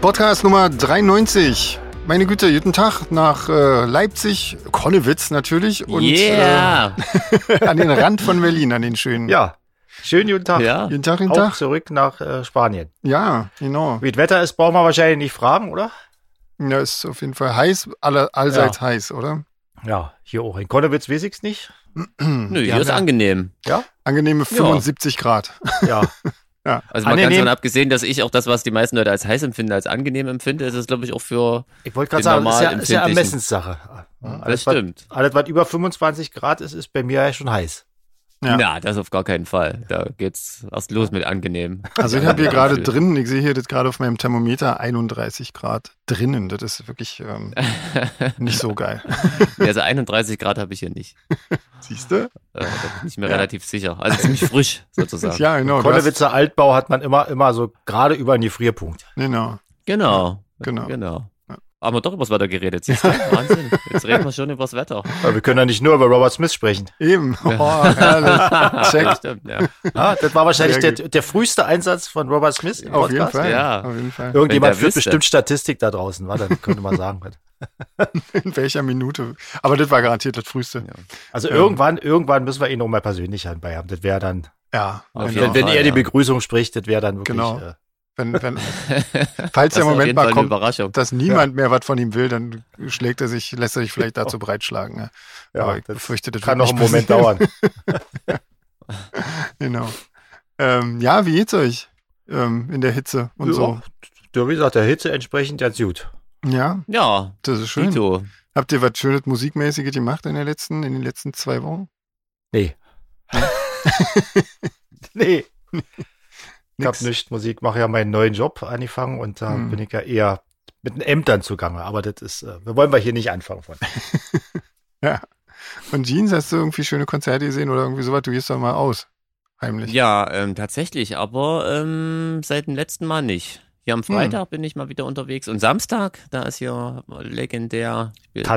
Podcast Nummer 93. Meine Güte, guten Tag nach Leipzig, Konnewitz natürlich und an den Rand von Berlin, an den schönen. Ja, schönen guten Tag. Ja. Guten Tag, guten Auch Tag. zurück nach Spanien. Ja, genau. Wie das Wetter ist, brauchen wir wahrscheinlich nicht fragen, oder? Ja, ist auf jeden Fall heiß, allseits heiß, oder? Ja, hier auch. In Konnewitz weiß ich's nicht. Nö, hier haben ist ja- angenehm. Ja? Angenehme 75 Grad. Ja. Also mal Angenehm. ganz davon abgesehen, dass ich auch das, was die meisten Leute als heiß empfinden, als angenehm empfinde, ist es, glaube ich, auch für... Ich wollte gerade Den sagen, ist ja Normalempfindlichen. Ermessenssache. Das stimmt. Alles, was über 25 Grad ist bei mir ja schon heiß. Ja. Ja, das auf gar keinen Fall. Da geht's erst los mit angenehm. Also ich habe hier gerade drinnen, ich sehe hier das gerade auf meinem Thermometer 31 Grad drinnen. Das ist wirklich nicht so geil. Also 31 Grad habe ich hier nicht. Siehst du? Da bin ich mir relativ sicher. Also ziemlich frisch, sozusagen. Ja, genau. du hast- Konnewitzer Altbau hat man immer so gerade über den Gefrierpunkt. Genau. Genau. Ja. Haben wir doch übers Wetter geredet, siehst du? Wahnsinn. Jetzt reden wir schon übers Wetter. Aber wir können ja nicht nur über Robert Smith sprechen. Eben. Oh, herrlich. Check. Stimmt, ja. Ja, das war wahrscheinlich Sehr der früheste Einsatz von Robert Smith im Auf jeden Podcast. Fall. Ja. Auf jeden Fall. Irgendjemand Wenn der führt wüsste. bestimmt Statistik da draußen, warte, könnte man sagen. In welcher Minute? Aber das war garantiert das früheste. Also irgendwann müssen wir ihn noch mal persönlich bei haben. Das wäre dann, Ja. Auf genau. jeden wenn Fall, er die ja. Begrüßung spricht, das wäre dann wirklich. Genau. Falls Das der ist auf Moment jeden mal Fall eine kommt, Überraschung. dass niemand mehr was von ihm will, dann lässt er sich vielleicht dazu breitschlagen. Ja. Ja, Aber ich das befürchte, das kann wird noch einen nicht Moment passieren. dauern. Genau. Ja, wie geht's euch in der Hitze und so? Ja, wie gesagt, der Hitze entsprechend ganz gut. Ja, Ja, das ist schön. Tito. Habt ihr was Schönes Musikmäßiges gemacht in den letzten 2 Wochen? Nee. Nee. Ich Nix. habe nicht Musik, mache ja meinen neuen Job angefangen und da bin ich ja eher mit den Ämtern zugange. Aber das ist, wollen wir hier nicht anfangen von. Ja. Und Jeans, hast du irgendwie schöne Konzerte gesehen oder irgendwie sowas? Du gehst doch mal aus. Heimlich. Ja, tatsächlich, aber seit dem letzten Mal nicht. Hier am Freitag bin ich mal wieder unterwegs und Samstag, da ist hier legendär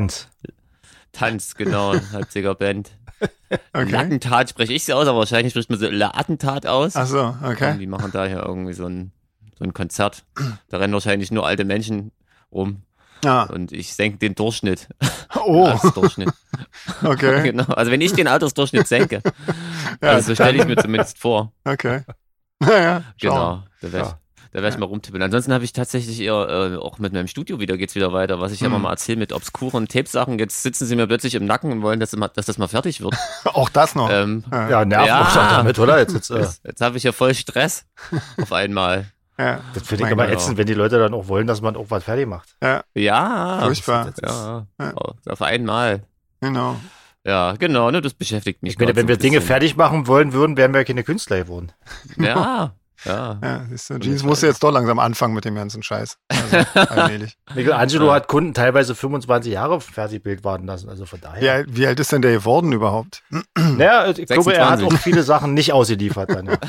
Tanz, genau, Leipziger Band. Okay. Lattentat spreche ich sie aus, aber wahrscheinlich spricht man so Lattentat aus. Ach so, okay. Die machen da hier irgendwie so ein Konzert. Da rennen wahrscheinlich nur alte Menschen rum Ah. und ich senke den Durchschnitt. Oh, Altersdurchschnitt. okay. Genau. Also wenn ich den Altersdurchschnitt senke, Ja, also so stelle ich mir zumindest vor. Okay. Naja, Genau, da werde ich mal rumtippeln. Ansonsten habe ich tatsächlich eher auch mit meinem Studio geht's wieder weiter, was ich ja immer mal erzähle mit obskuren Tape-Sachen. Jetzt sitzen sie mir plötzlich im Nacken und wollen, dass das mal fertig wird. Auch das noch. Ja, nerven Ja. uns doch damit, oder? Jetzt, Jetzt habe ich ja voll Stress auf einmal. Ja. das finde ich Mein immer Gott. ätzend, wenn die Leute dann auch wollen, dass man auch was fertig macht. Ja, Furchtbar. ja, Ja. auf einmal. Genau. Ja, genau, ne, das beschäftigt mich. Ich meine, grad wenn so wir ein Dinge bisschen. fertig machen wollen würden, wären wir keine Künstler geworden. Ja. Ja, siehst du, Jeans musste jetzt doch langsam anfangen mit dem ganzen Scheiß. Also, allmählich. Michelangelo hat Kunden teilweise 25 Jahre auf Fertigbild warten lassen, also von daher. Wie alt ist denn der geworden überhaupt? Naja, ich glaube, er hat 26. auch viele Sachen nicht ausgeliefert dann. Ja.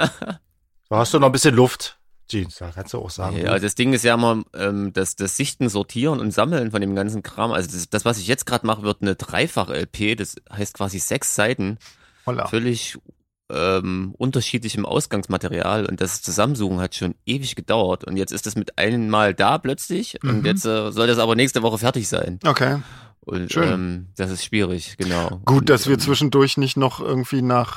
Da hast du noch ein bisschen Luft, Jeans, da kannst du auch sagen. Ja, das Ding ist ja immer, das Sichten, Sortieren und Sammeln von dem ganzen Kram. Also das was ich jetzt gerade mache, wird eine Dreifach-LP. Das heißt quasi 6 Seiten. Holla. Völlig unterschiedlichem Ausgangsmaterial. Und das Zusammensuchen hat schon ewig gedauert. Und jetzt ist das mit einem Mal da plötzlich. Und jetzt soll das aber nächste Woche fertig sein. Okay. Und Schön. das ist schwierig, genau. Gut, dass wir und, zwischendurch nicht noch irgendwie nach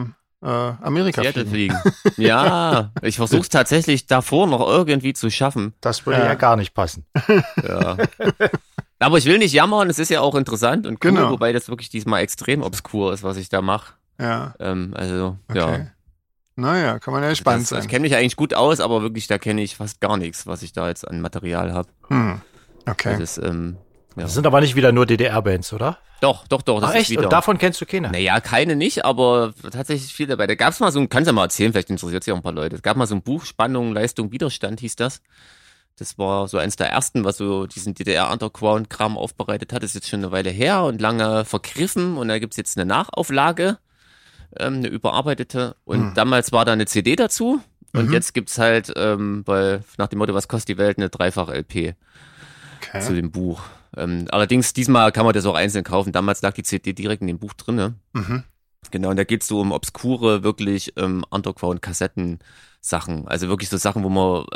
Amerika Seattle fliegen. fliegen. Ja, ich versuche es tatsächlich davor noch irgendwie zu schaffen. Das würde ja gar nicht passen. Ja. Aber ich will nicht jammern, es ist ja auch interessant und cool, Genau. wobei das wirklich diesmal extrem obskur ist, was ich da mache. Ja, Also, okay. ja. Naja, kann man ja gespannt Ich sein. kenne mich eigentlich gut aus, aber wirklich, da kenne ich fast gar nichts, was ich da jetzt an Material habe. Okay. Das ist, Das sind aber nicht wieder nur DDR-Bands, oder? Doch, das Ach ist echt? wieder. Und davon kennst du keine? Naja, keine nicht, aber tatsächlich viel dabei. Da gab es mal so ein, kannst du ja mal erzählen, vielleicht interessiert es ja auch ein paar Leute. Es gab mal so ein Buch, Spannung, Leistung, Widerstand hieß das. Das war so eins der ersten, was so diesen DDR-Underground-Kram aufbereitet hat. Das ist jetzt schon eine Weile her und lange vergriffen. Und da gibt's jetzt eine Nachauflage, eine überarbeitete. Und damals war da eine CD dazu. Und jetzt gibt's halt nach dem Motto, was kostet die Welt, eine Dreifach-LP zu dem Buch. Allerdings, diesmal kann man das auch einzeln kaufen. Damals lag die CD direkt in dem Buch drinne. Genau, und da geht's so um obskure, wirklich Underground-Kassetten-Sachen. Also wirklich so Sachen, wo man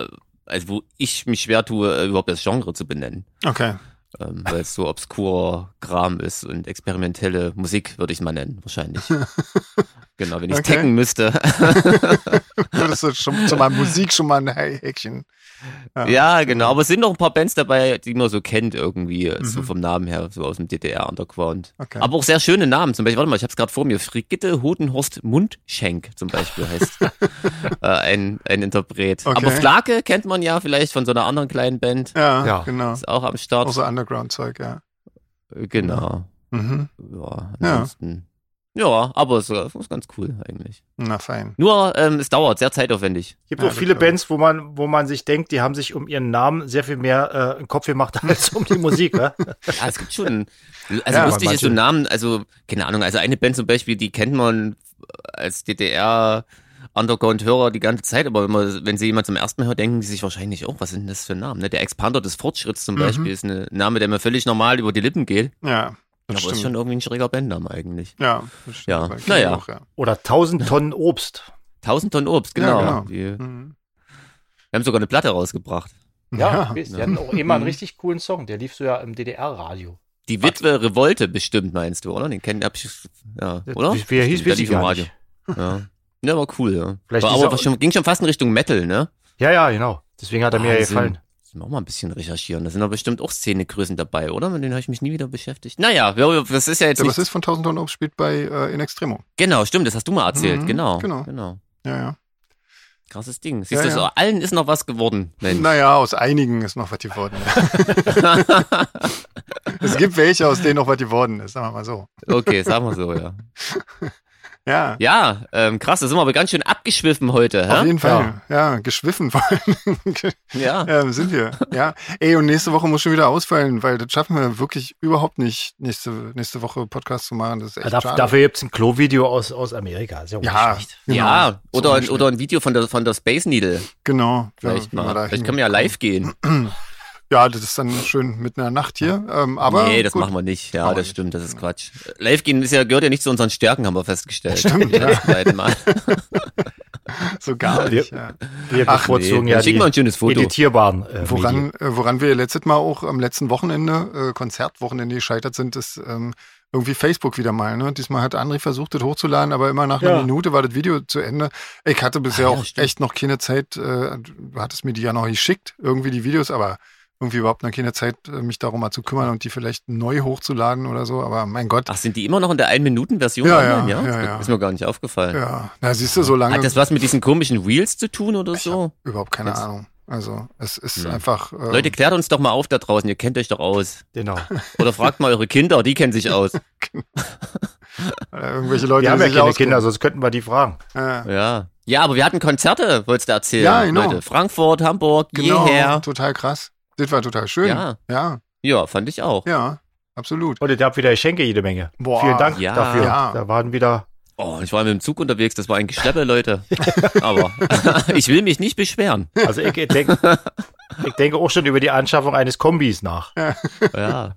also wo ich mich schwer tue, überhaupt das Genre zu benennen. Okay. Weil es so obskurer Kram ist und experimentelle Musik, würde ich es mal nennen, wahrscheinlich. Genau, wenn ich taggen müsste. Das ist schon mal Musik, schon mal ein Häkchen. Ja, genau. Aber es sind noch ein paar Bands dabei, die man so kennt irgendwie, so vom Namen her, so aus dem DDR-Underground. Okay. Aber auch sehr schöne Namen. Zum Beispiel, warte mal, ich habe es gerade vor mir. Frigitte Hodenhorst Mundschenk zum Beispiel heißt ein Interpret. Okay. Aber Flake kennt man ja vielleicht von so einer anderen kleinen Band. Ja, genau. Ist auch am Start. Auch so Underground-Zeug, ja. Genau. Mhm. Ja, ansonsten. Ja, aber es ist ganz cool eigentlich. Na, fein. Nur, es dauert, sehr zeitaufwendig. Es gibt auch viele Bands, wo man sich denkt, die haben sich um ihren Namen sehr viel mehr im Kopf gemacht als um die Musik. Ja, Ja, es gibt schon, also lustig ist so Namen, also, keine Ahnung, also eine Band zum Beispiel, die kennt man als DDR Underground-Hörer die ganze Zeit, aber wenn sie jemand zum ersten Mal hört, denken sie sich wahrscheinlich, oh, was sind das für Namen? Ne? Der Expander des Fortschritts zum Beispiel ist ein Name, der mir völlig normal über die Lippen geht. Ja. Aber ist schon irgendwie ein schräger Bandname eigentlich. Ja, das stimmt. Ja, Aber naja. auch, ja. Oder 1000 Tonnen Obst. 1000 Tonnen Obst, genau. Ja, genau. Wir haben sogar eine Platte rausgebracht. Ja, die hatten auch immer einen richtig coolen Song. Der lief so ja im DDR-Radio. Die Witwe Revolte bestimmt, meinst du, oder? Den hab ich, ja, oder? Wie er hieß, Der weiß ich lief im gar Radio. nicht. Ja. Ja, war cool, ja. Vielleicht War dieser- aber ging schon fast in Richtung Metal, ne? Ja, genau. Deswegen hat er mir ja gefallen. Müssen wir auch mal ein bisschen recherchieren. Da sind doch bestimmt auch Szenegrößen dabei, oder? Mit denen habe ich mich nie wieder beschäftigt. Naja, das ist ja jetzt Ja, nicht... was ist von 1000 Tonnen Obst spielt bei In Extremo. Genau, stimmt, das hast du mal erzählt. Mhm, Genau. genau. Ja, ja. Krasses Ding. Siehst du, Ja, so ja. allen ist noch was geworden, Mensch. Naja, aus einigen ist noch was geworden. Es gibt welche, aus denen noch was geworden ist, sagen wir mal so. Okay, sagen wir so, ja. Ja, Ja, krass, da sind wir aber ganz schön abgeschwiffen heute, auf hä? jeden Fall. Ja, geschwiffen vor allem. Ja. Sind wir. Ja. Ey, und nächste Woche muss schon wieder ausfallen, weil das schaffen wir wirklich überhaupt nicht, nächste Woche Podcast zu machen. Das ist echt schade. Dafür gibt es ein Klo-Video aus Amerika. Ist ja auch Ja, nicht schlecht. genau. Ja, So oder, nicht oder ein Video von der Space Needle. Genau. Vielleicht wenn wir mal. da Vielleicht können wir ja live gehen. Ja, das ist dann schön mitten in der Nacht hier. Aber Nee, das gut. machen wir nicht. Ja, Machen wir das stimmt, das ist Quatsch. Live gehen gehört ja nicht zu unseren Stärken, haben wir festgestellt. Stimmt, ja. Das zweite Mal. So gar nicht. Ja. Wir bevorzugen Nee, ja dann schick mal ein die schönes Foto. editierbaren Medien. Woran wir letztes Mal auch am letzten Wochenende, Konzertwochenende gescheitert sind, ist irgendwie Facebook wieder mal. Ne? Diesmal hat André versucht, das hochzuladen, aber immer nach einer Ja. Minute war das Video zu Ende. Ich hatte bisher ja, auch stimmt. echt noch keine Zeit, du hattest mir die ja noch geschickt, irgendwie die Videos, aber irgendwie überhaupt noch keine Zeit, mich darum mal zu kümmern und die vielleicht neu hochzuladen oder so, aber mein Gott. Ach, sind die immer noch in der 1-Minuten-Version Ja, online, ja, ja? ja, ja. Ist mir gar nicht aufgefallen. Ja, na siehst du, so lange. Hat das was mit diesen komischen Reels zu tun oder Ich so? hab überhaupt keine Jetzt- Ahnung. Also es ist Hm. einfach. Leute, klärt uns doch mal auf da draußen, ihr kennt euch doch aus. Genau. Oder fragt mal eure Kinder, die kennen sich aus. irgendwelche Leute, Wir haben die ja sich keine auskennen. Kinder, sonst könnten wir die fragen. Ja. Ja, aber wir hatten Konzerte, wolltest du erzählen. Ja, genau. Leute. Frankfurt, Hamburg, Genau, hierher. total krass. Das war total schön. Ja. Ja, Ja, fand ich auch. ja, absolut. Und ihr habt wieder Geschenke jede Menge. Boah. Vielen Dank Ja. dafür. Ja. Da waren wieder. Oh, ich war mit dem Zug unterwegs, das war ein Geschleppe, Leute. Aber ich will mich nicht beschweren. Also ich denke auch schon über die Anschaffung eines Kombis nach. Ja.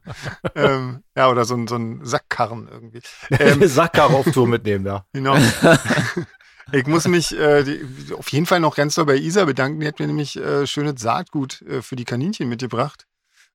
Ja, oder so ein Sackkarren irgendwie. Eine Sackkarre auf Tour mitnehmen, ja. Genau. Ich muss mich auf jeden Fall noch ganz doll bei Isa bedanken. Die hat mir nämlich schönes Saatgut für die Kaninchen mitgebracht.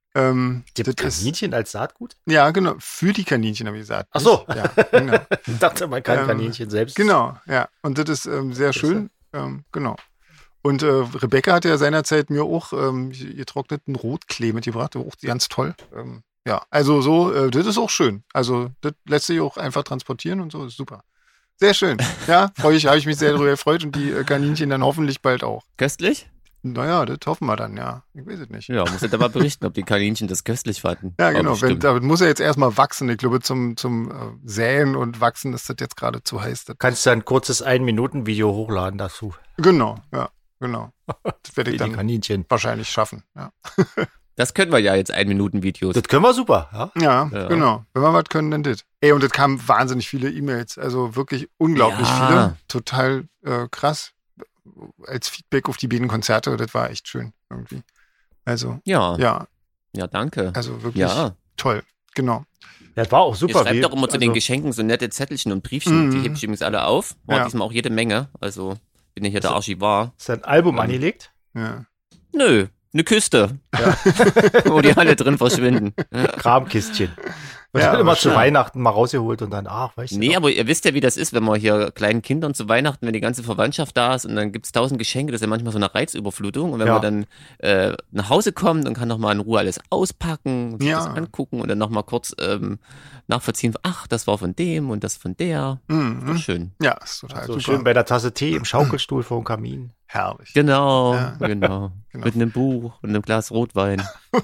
Die das ist- Kaninchen als Saatgut? Ja, genau. Für die Kaninchen habe ich gesagt. Ach so. Ja, genau. Ich dachte, man kann Ähm, Kaninchen selbst. Genau, ja. Und das ist sehr schön. Genau. Und Rebecca hat ja seinerzeit mir auch getrockneten Rotklee mitgebracht. Auch ganz toll. Ja, also so, das ist auch schön. Also das lässt sich auch einfach transportieren und so, ist super. Sehr schön. Ja, habe ich mich sehr darüber gefreut und die Kaninchen dann hoffentlich bald auch. Köstlich? Naja, das hoffen wir dann, ja. Ich weiß es nicht. Ja, muss ich da mal berichten, ob die Kaninchen das köstlich fanden. Ja, Aber genau. bestimmt. Damit muss er jetzt erstmal wachsen. Ich glaube, zum Säen und Wachsen ist das jetzt gerade zu heiß. Das Kannst du ein kurzes 1-Minuten-Video hochladen dazu. genau, ja, genau. Das werde ich Die dann Kaninchen. wahrscheinlich schaffen. Ja, Das können wir ja jetzt 1-Minuten-Videos. Das können wir super, ja. ja, Ja. genau. Wenn wir was können, dann das. Ey, und es kamen wahnsinnig viele E-Mails. Also wirklich unglaublich Ja. viele. Total krass. Als Feedback auf die beiden Konzerte, das war echt schön irgendwie. Also, Ja, ja, danke. also wirklich Ja, toll. Genau. Das war auch ihr super. schreibt doch immer zu den also, Geschenken so nette Zettelchen und Briefchen. Mhm. Die hebe ich übrigens alle auf. War Ja. diesmal auch jede Menge. Also bin ich hier der Archivar. Ist ein Album angelegt? Ja. Nö, eine Küste, wo die alle drin verschwinden. Kramkistchen. Wird Ja, dann immer aber zu schön. Weihnachten mal rausgeholt und dann, weißt du. Nee, noch. aber ihr wisst ja, wie das ist, wenn man hier kleinen Kindern zu Weihnachten, wenn die ganze Verwandtschaft da ist und dann gibt's 1000 Geschenke, das ist ja manchmal so eine Reizüberflutung. Und wenn Ja. man dann nach Hause kommt, dann kann noch mal in Ruhe alles auspacken und sich Ja. das angucken und dann noch mal kurz nachvollziehen, ach, das war von dem und das von der. Mhm. Schön. Ja, ist total So super. schön bei der Tasse Tee im Schaukelstuhl vor dem Kamin. Herrlich. Genau, Ja. genau. Genau. Mit einem Buch und einem Glas Rotwein.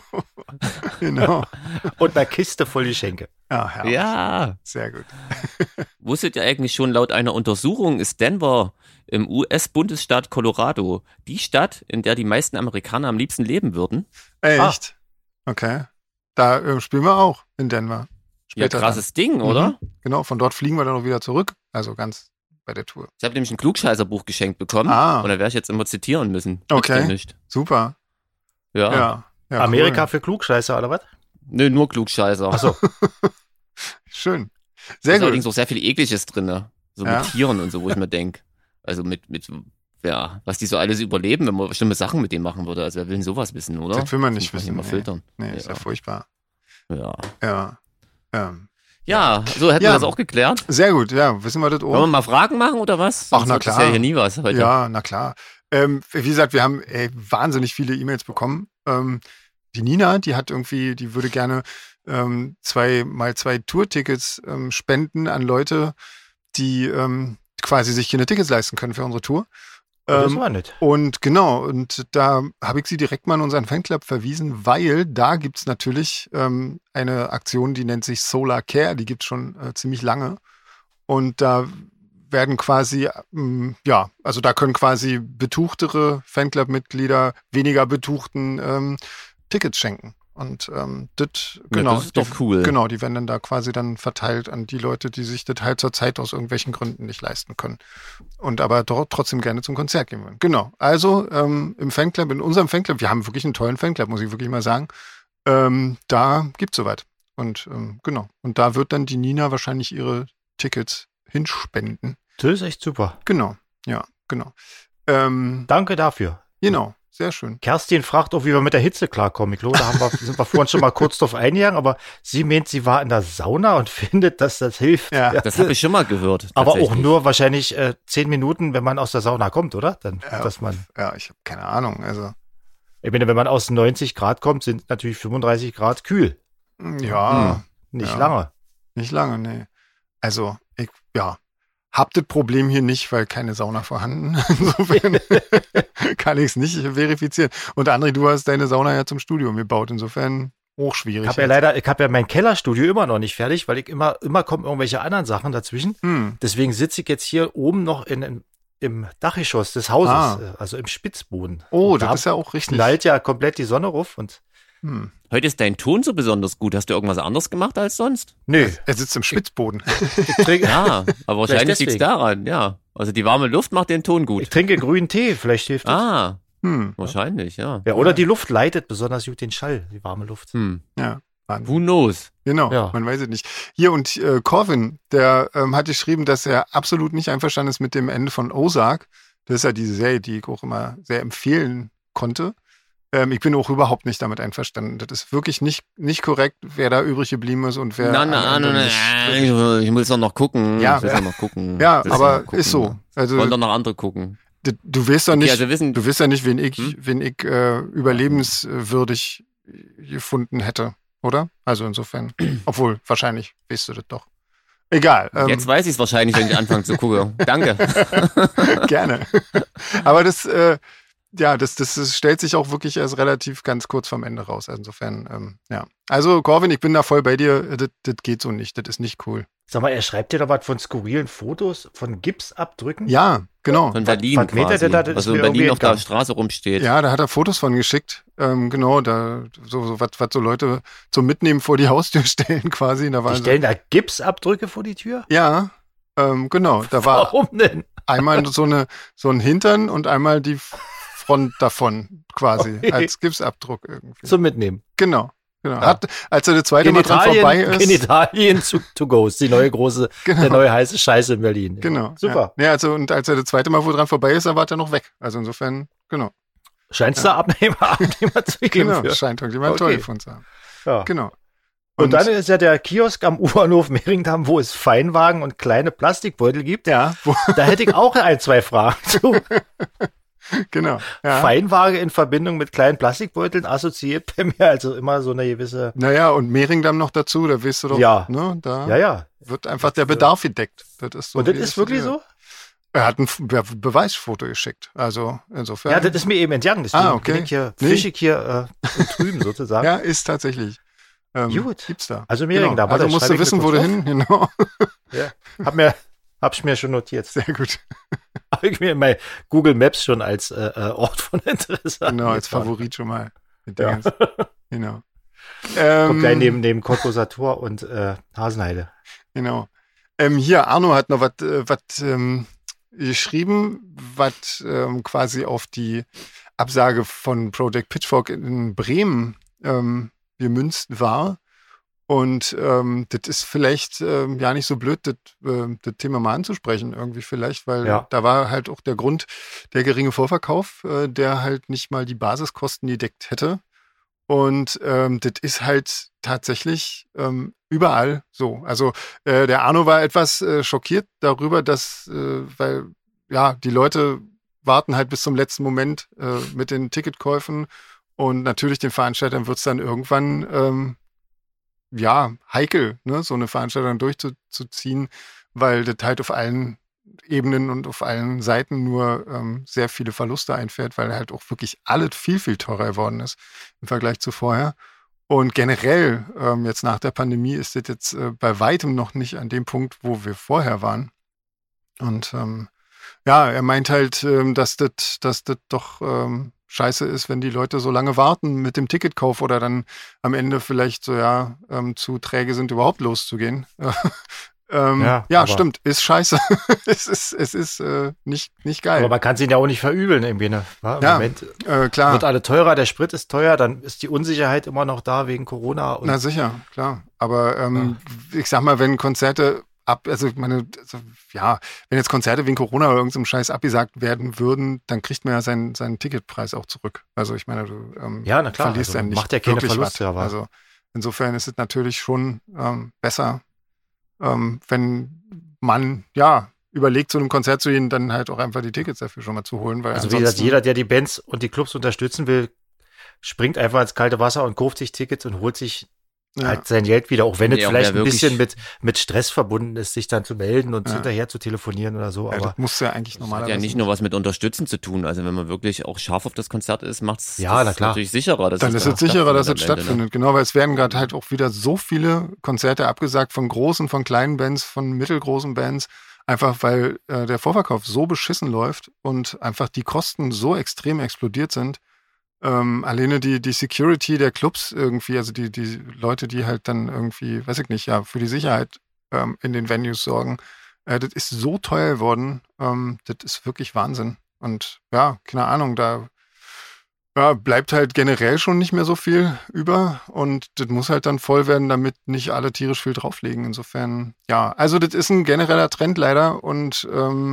Genau. Und einer Kiste voll Geschenke. Ja, herrlich. Ja. Sehr gut. Wusstet ihr eigentlich schon, laut einer Untersuchung ist Denver im US-Bundesstaat Colorado die Stadt, in der die meisten Amerikaner am liebsten leben würden? Echt? Okay. Da spielen wir auch in Denver. Ja, Später krasses Ding, oder? Mhm. Genau, von dort fliegen wir dann auch wieder zurück. Also ganz bei der Tour. Ich habe nämlich ein Klugscheißerbuch geschenkt bekommen Ah. und da werde ich jetzt immer zitieren müssen. Okay. Nützt ja nicht. Super. Ja. Ja, Amerika cool. für Klugscheißer, oder was? Nö, nur Klugscheißer. Achso. Schön. Da Sehr ist gut. allerdings auch sehr viel Ekliges drin, ne? So Ja. mit Tieren und so, wo ich mir denke. Also mit was die so alles überleben, wenn man bestimmte Sachen mit denen machen würde. Also wer will denn sowas wissen, oder? Das will man nicht muss wissen. Mal filtern. Nee, ist ja furchtbar. Ja. Ja. Ja, so hätten Ja. wir das auch geklärt. Sehr gut, ja. Wissen wir das Wollen wir oben? mal Fragen machen oder was? Ach, Sonst na wird das klar. ja hier nie was heute. Ja, na klar. Wie gesagt, wir haben wahnsinnig viele E-Mails bekommen. Die Nina, die würde gerne 2x2 Tour-Tickets spenden an Leute, die quasi sich keine Tickets leisten können für unsere Tour. Das war nicht. Und genau, und da habe ich sie direkt mal in unseren Fanclub verwiesen, weil da gibt's natürlich eine Aktion, die nennt sich Solar Care, die gibt's schon ziemlich lange. Und da werden quasi, also da können quasi betuchtere Fanclub-Mitglieder weniger betuchten Tickets schenken. Und genau, das ist doch cool. Genau, die werden dann da quasi dann verteilt an die Leute, die sich das halt zur Zeit aus irgendwelchen Gründen nicht leisten können. Und aber trotzdem gerne zum Konzert gehen wollen. Genau. Also im Fanclub, in unserem Fanclub, wir haben wirklich einen tollen Fanclub, muss ich wirklich mal sagen. Da gibt's soweit. Und genau. Und da wird dann die Nina wahrscheinlich ihre Tickets hinspenden. Das ist echt super. Genau. Ja, genau. Danke dafür. Genau. Sehr schön. Kerstin fragt auch, wie wir mit der Hitze klarkommen. Ich glaube, sind wir vorhin schon mal kurz drauf eingegangen, aber sie meint, sie war in der Sauna und findet, dass das hilft. Ja. Das habe ich schon mal gehört. Aber auch tatsächlich. nur wahrscheinlich 10 Minuten, wenn man aus der Sauna kommt, oder? Dann, dass man, Ja, ich habe keine Ahnung. Also, ich meine, wenn man aus 90 Grad kommt, sind natürlich 35 Grad kühl. ja. Nicht Ja. lange. Nicht lange, nee. Also, hab das Problem hier nicht, weil keine Sauna vorhanden. Insofern kann ich es nicht verifizieren. Und André, du hast deine Sauna ja zum Studium gebaut. Insofern hochschwierig. Ich habe ja mein Kellerstudio immer noch nicht fertig, weil ich immer kommen irgendwelche anderen Sachen dazwischen. Deswegen sitze ich jetzt hier oben noch im Dachgeschoss des Hauses, also im Spitzboden. Oh, Und das da ist ja auch richtig. knallt ja komplett die Sonne ruf und Heute ist dein Ton so besonders gut. Hast du irgendwas anderes gemacht als sonst? nö. Er sitzt im Spitzboden. Ja, aber wahrscheinlich liegt's deswegen. daran, ja. Also die warme Luft macht den Ton Ich gut. trinke grünen Tee, vielleicht hilft das. Ah, Hm. wahrscheinlich, ja. Ja, oder die Luft leitet besonders gut den Schall, die warme Luft. Ja, Wahnsinn. Who knows? Genau, Ja. man weiß es nicht. Hier und Corvin, der hat geschrieben, dass er absolut nicht einverstanden ist mit dem Ende von Ozark. Das ist ja diese Serie, die ich auch immer sehr empfehlen konnte. Ich bin auch überhaupt nicht damit einverstanden. Das ist wirklich nicht korrekt, wer da übrig geblieben ist und wer am Ende nicht wirklich- ich muss doch noch gucken. Ja. Ich will doch noch gucken. Ja, Ich will aber noch gucken. ist so. Also Wollen doch noch andere gucken. du weißt doch Okay, nicht, also wissen, du weißt ja nicht, wen ich Hm? überlebenswürdig gefunden hätte, oder? Also insofern, obwohl wahrscheinlich weißt du das doch. Egal. jetzt weiß ich es wahrscheinlich, wenn ich anfange zu gucken. Danke. Gerne. Aber das stellt sich auch wirklich erst relativ ganz kurz vorm Ende raus. Also insofern, ja. Also, Corvin, ich bin da voll bei dir. Das geht so nicht. Das ist nicht cool. Sag mal, er schreibt dir doch was von skurrilen Fotos, von Gipsabdrücken? Ja, genau. Von Berlin was meint er quasi. denn da? Das ist Also in mir Berlin irgendwie auf der entgangen. Straße rumsteht. Ja, da hat er Fotos von geschickt. Genau, da so was so Leute zum Mitnehmen vor die Haustür stellen quasi. Da Die war stellen da Gipsabdrücke vor die Tür? ja, genau. Da war Warum denn? einmal so ein Hintern und einmal die Front davon quasi Okay. als Gipsabdruck irgendwie. Zum Mitnehmen. Genau. Ja. Als er das zweite Mal dran vorbei ist. Genitalien to go ist die neue große, Genau. der neue heiße Scheiße in Berlin. Genau. Super. Ja, also, und als er das zweite Mal wohl dran vorbei ist, dann war er noch weg. Also insofern, genau. Scheint da Abnehmer zu geben. Genau, scheint irgendjemand toll gefunden zu haben. Ja. Genau. Und dann ist ja der Kiosk am U-Bahnhof Mehringdamm, wo es Feinwagen und kleine Plastikbeutel gibt. Ja. Da hätte ich auch 2 Fragen zu. Genau. Ja. Feinwaage in Verbindung mit kleinen Plastikbeuteln assoziiert bei mir also immer so eine gewisse... Naja, und Mehringdamm noch dazu, da weißt du doch, ja. Ne, da wird einfach der Bedarf gedeckt. Das ist so, und das ist wirklich so? Er hat ein Beweisfoto geschickt, also insofern. Ja, das ist mir eben entgangen, deswegen okay. Fische ich hier drüben sozusagen. Ja, ist tatsächlich. Gut. Gibt's da. Also Mehringdamm. Genau. Also musst du wissen, wo du hin, genau. Ja, hab's mir schon notiert. Sehr gut. Habe ich mir in mein Google Maps schon als Ort von Interesse. Genau, als Favorit schon mal. Ja. Genau. Kommt gleich neben Cottbuser Tor und Hasenheide. Genau. Hier, Arno hat noch was geschrieben, was quasi auf die Absage von Project Pitchfork in Bremen gemünzt war. Und das ist vielleicht ja nicht so blöd, das Thema mal anzusprechen irgendwie vielleicht, weil da war halt auch der Grund der geringe Vorverkauf, der halt nicht mal die Basiskosten gedeckt hätte. Und das ist halt tatsächlich überall so. Also der Arno war etwas schockiert darüber, dass, weil ja, die Leute warten halt bis zum letzten Moment mit den Ticketkäufen und natürlich den Veranstaltern wird es dann irgendwann heikel, ne, so eine Veranstaltung durchzuziehen, weil das halt auf allen Ebenen und auf allen Seiten nur sehr viele Verluste einfährt, weil halt auch wirklich alles viel, viel teurer geworden ist im Vergleich zu vorher. Und generell, jetzt nach der Pandemie, ist das jetzt bei weitem noch nicht an dem Punkt, wo wir vorher waren. Und er meint halt, dass das doch scheiße ist, wenn die Leute so lange warten mit dem Ticketkauf oder dann am Ende vielleicht so zu träge sind, überhaupt loszugehen. Stimmt, ist scheiße. es ist nicht geil. Aber man kann es ihnen ja auch nicht verübeln irgendwie, ne? Im Moment klar. Wird alle teurer, der Sprit ist teuer, dann ist die Unsicherheit immer noch da wegen Corona. Na sicher, klar. Aber ich sag mal, wenn Konzerte wenn jetzt Konzerte wegen Corona oder irgendeinem Scheiß abgesagt werden würden, dann kriegt man ja seinen Ticketpreis auch zurück. Also ich meine, du verlierst ja nicht. Macht ja keine Verluste. Aber. Also insofern ist es natürlich schon besser, wenn man überlegt, zu einem Konzert zu gehen, dann halt auch einfach die Tickets dafür schon mal zu holen. Weil also wie gesagt, jeder, der die Bands und die Clubs unterstützen will, springt einfach ins kalte Wasser und kauft sich Tickets und holt sich halt sein Geld wieder, auch wenn es vielleicht ein bisschen mit Stress verbunden ist, sich dann zu melden und hinterher zu telefonieren oder so. Ja, aber das muss ja eigentlich normalerweise. Das hat ja nicht nur was mit Unterstützen zu tun. Also wenn man wirklich auch scharf auf das Konzert ist, macht es natürlich sicherer. Dann ist es sicherer, dass es stattfindet. Genau, weil es werden gerade halt auch wieder so viele Konzerte abgesagt von großen, von kleinen Bands, von mittelgroßen Bands. Einfach weil der Vorverkauf so beschissen läuft und einfach die Kosten so extrem explodiert sind. Alleine die Security der Clubs irgendwie, also die Leute, die halt dann irgendwie, weiß ich nicht, für die Sicherheit in den Venues sorgen, das ist so teuer geworden, das ist wirklich Wahnsinn. Und keine Ahnung, da bleibt halt generell schon nicht mehr so viel über und das muss halt dann voll werden, damit nicht alle tierisch viel drauflegen. Insofern, also das ist ein genereller Trend leider und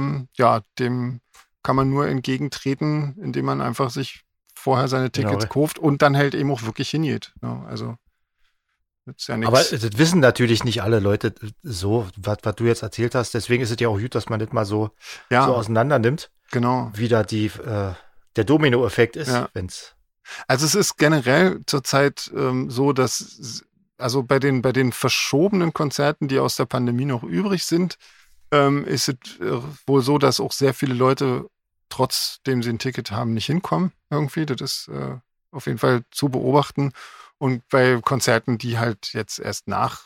dem kann man nur entgegentreten, indem man einfach sich vorher seine Tickets kauft und dann halt eben auch wirklich hingeht. Ja, also das ist ja nichts. Aber das wissen natürlich nicht alle Leute so, was du jetzt erzählt hast. Deswegen ist es ja auch gut, dass man das mal so auseinander nimmt. Genau. Wie da der Dominoeffekt ist. Also es ist generell zurzeit so, dass also bei den verschobenen Konzerten, die aus der Pandemie noch übrig sind, ist es wohl so, dass auch sehr viele Leute trotzdem sie ein Ticket haben, nicht hinkommen irgendwie. Das ist auf jeden Fall zu beobachten. Und bei Konzerten, die halt jetzt erst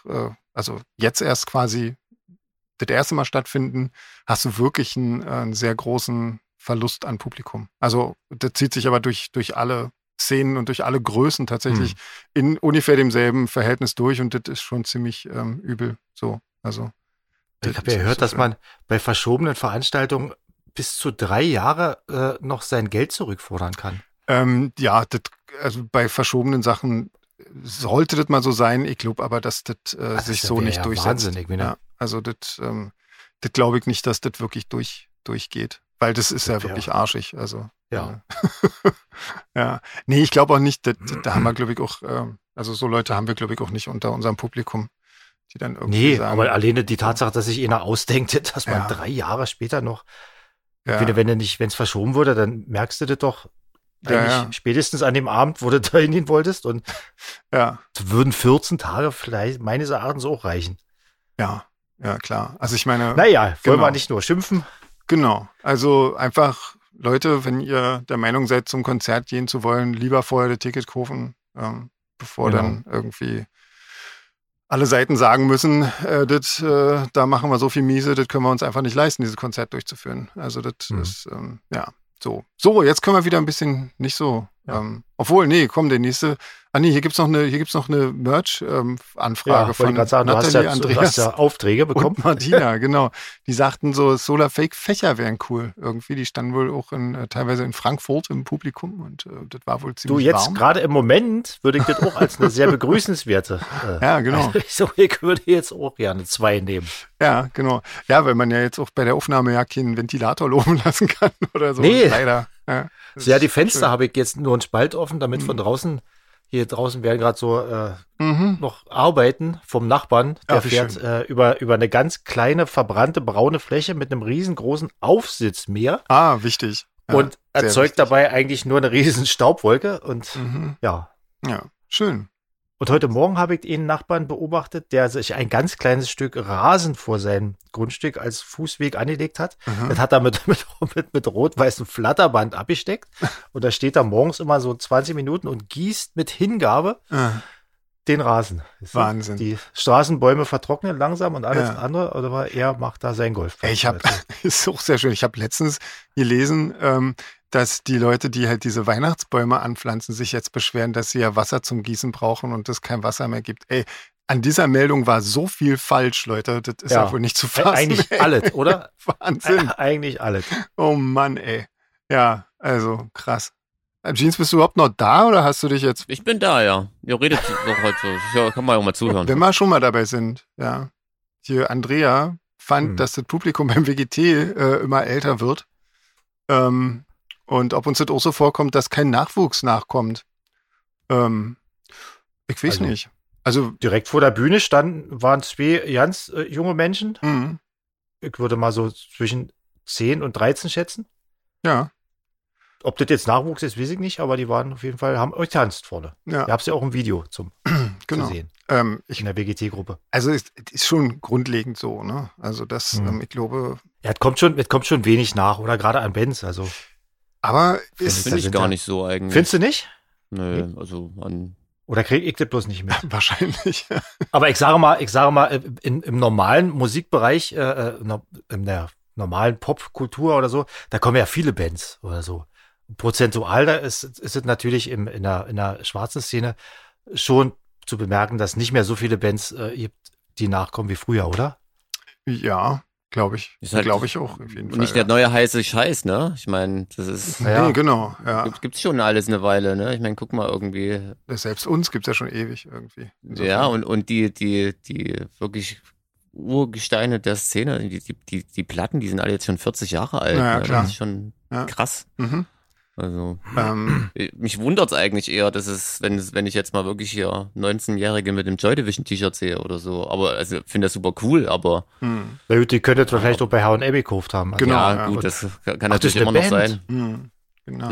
quasi das erste Mal stattfinden, hast du wirklich einen sehr großen Verlust an Publikum. Also das zieht sich aber durch alle Szenen und durch alle Größen tatsächlich in ungefähr demselben Verhältnis durch und das ist schon ziemlich übel so. Also ich habe ja gehört, dass man bei verschobenen Veranstaltungen bis zu 3 Jahre noch sein Geld zurückfordern kann. Also bei verschobenen Sachen sollte das mal so sein. Ich glaube aber, dass das sich so nicht durchsetzt. Wahnsinnig, also das glaube ich nicht, dass das wirklich durchgeht. Weil das ist ja wirklich arschig. Also Ja. Ja. Nee, ich glaube auch nicht, da haben wir, glaube ich, auch, also so Leute haben wir, glaube ich, auch nicht unter unserem Publikum, die dann irgendwie sagen. Aber alleine die Tatsache, dass sich einer ausdenkt, dass man 3 Jahre später noch, wenn es verschoben wurde, dann merkst du das doch eigentlich spätestens an dem Abend, wo du da hingehen wolltest, und würden 14 Tage vielleicht meines Erachtens auch reichen. Ja, klar. Also ich meine. Naja, wollen wir nicht nur schimpfen. Genau. Also einfach, Leute, wenn ihr der Meinung seid, zum Konzert gehen zu wollen, lieber vorher das Ticket kaufen, bevor dann irgendwie alle Seiten sagen müssen, da machen wir so viel Miese, das können wir uns einfach nicht leisten, dieses Konzert durchzuführen. Also das ist, so. So, jetzt können wir wieder ein bisschen nicht so, obwohl, nee, komm, der nächste. Hier gibt's noch eine Merch-Anfrage von Nathalie, Andreas. Du hast ja Aufträge bekommen. Und Martina, genau. Die sagten so, Solarfake-Fächer wären cool irgendwie. Die standen wohl auch teilweise in Frankfurt im Publikum, und das war wohl ziemlich warm. Du, jetzt gerade im Moment würde ich das auch als eine sehr begrüßenswerte. Ja, genau. Also ich würde jetzt auch gerne 2 nehmen. Ja, genau. Ja, weil man ja jetzt auch bei der Aufnahme ja keinen Ventilator laufen lassen kann oder so. Nee. Leider. Ja, die Fenster habe ich jetzt nur einen Spalt offen, damit von draußen, hier draußen werden gerade so noch Arbeiten vom Nachbarn. Der fährt über eine ganz kleine, verbrannte braune Fläche mit einem riesengroßen Aufsitzmäher. Ah, wichtig. Ja, und erzeugt dabei eigentlich nur eine riesen Staubwolke. Und Ja, schön. Und heute Morgen habe ich einen Nachbarn beobachtet, der sich ein ganz kleines Stück Rasen vor seinem Grundstück als Fußweg angelegt hat. Das hat er mit rot-weißem Flatterband abgesteckt. Und da steht er morgens immer so 20 Minuten und gießt mit Hingabe den Rasen. Wahnsinn. Die Straßenbäume vertrocknen langsam und alles andere, aber er macht da sein Golf. Ist auch sehr schön. Ich habe letztens gelesen, dass die Leute, die halt diese Weihnachtsbäume anpflanzen, sich jetzt beschweren, dass sie ja Wasser zum Gießen brauchen und es kein Wasser mehr gibt. Ey, an dieser Meldung war so viel falsch, Leute. Das ist ja wohl nicht zu fassen. Eigentlich alles, oder? Wahnsinn. Eigentlich alles. Oh Mann, ey. Ja, also krass. Jeans, bist du überhaupt noch da oder hast du dich jetzt? Ich bin da, ja. Ihr redet doch heute. Ja, kann man auch mal zuhören. Wenn wir schon mal dabei sind, ja. Hier, Andrea fand, dass das Publikum beim WGT immer älter wird. Und ob uns das auch so vorkommt, dass kein Nachwuchs nachkommt. Ich weiß nicht. Also direkt vor der Bühne waren 2 ganz junge Menschen. Ich würde mal so zwischen 10 und 13 schätzen. Ja. Ob das jetzt Nachwuchs ist, weiß ich nicht, aber die waren auf jeden Fall, haben euch tanzt vorne. Ja. Ihr habt ja auch ein Video zu sehen. In der WGT-Gruppe. Also es ist schon grundlegend so, ne? Also das, ich glaube. Ja, es kommt schon wenig nach, oder gerade an Bands, also. Aber finde ich gar nicht so eigentlich. Findest du nicht? Nö, also oder krieg ich das bloß nicht mit? Wahrscheinlich. Aber ich sage mal, im normalen Musikbereich, in der normalen Popkultur oder so, da kommen ja viele Bands oder so. Prozentual, da ist es natürlich in der schwarzen Szene schon zu bemerken, dass nicht mehr so viele Bands gibt, die nachkommen wie früher, oder? Ja, glaube ich. Halt glaube ich auch. Auf jeden Fall, nicht der neue heiße Scheiß, ne? Ich meine, das ist. Nee, genau. Ja. Gibt's schon alles eine Weile, ne? Ich meine, guck mal irgendwie. Selbst uns gibt's ja schon ewig irgendwie. Insofern. Ja, und die wirklich Urgesteine der Szene, die Platten, die sind alle jetzt schon 40 Jahre alt. Ja, ne? klar. Das ist schon krass. Also, mich wundert's eigentlich eher, dass es, wenn ich jetzt mal wirklich hier 19-Jährige mit dem Joy Division T-Shirt sehe oder so, aber also finde das super cool, aber. Na gut, die könntet ihr vielleicht auch bei H&M gekauft haben. Also, genau. Ja, gut, das kann natürlich immer noch sein. Genau.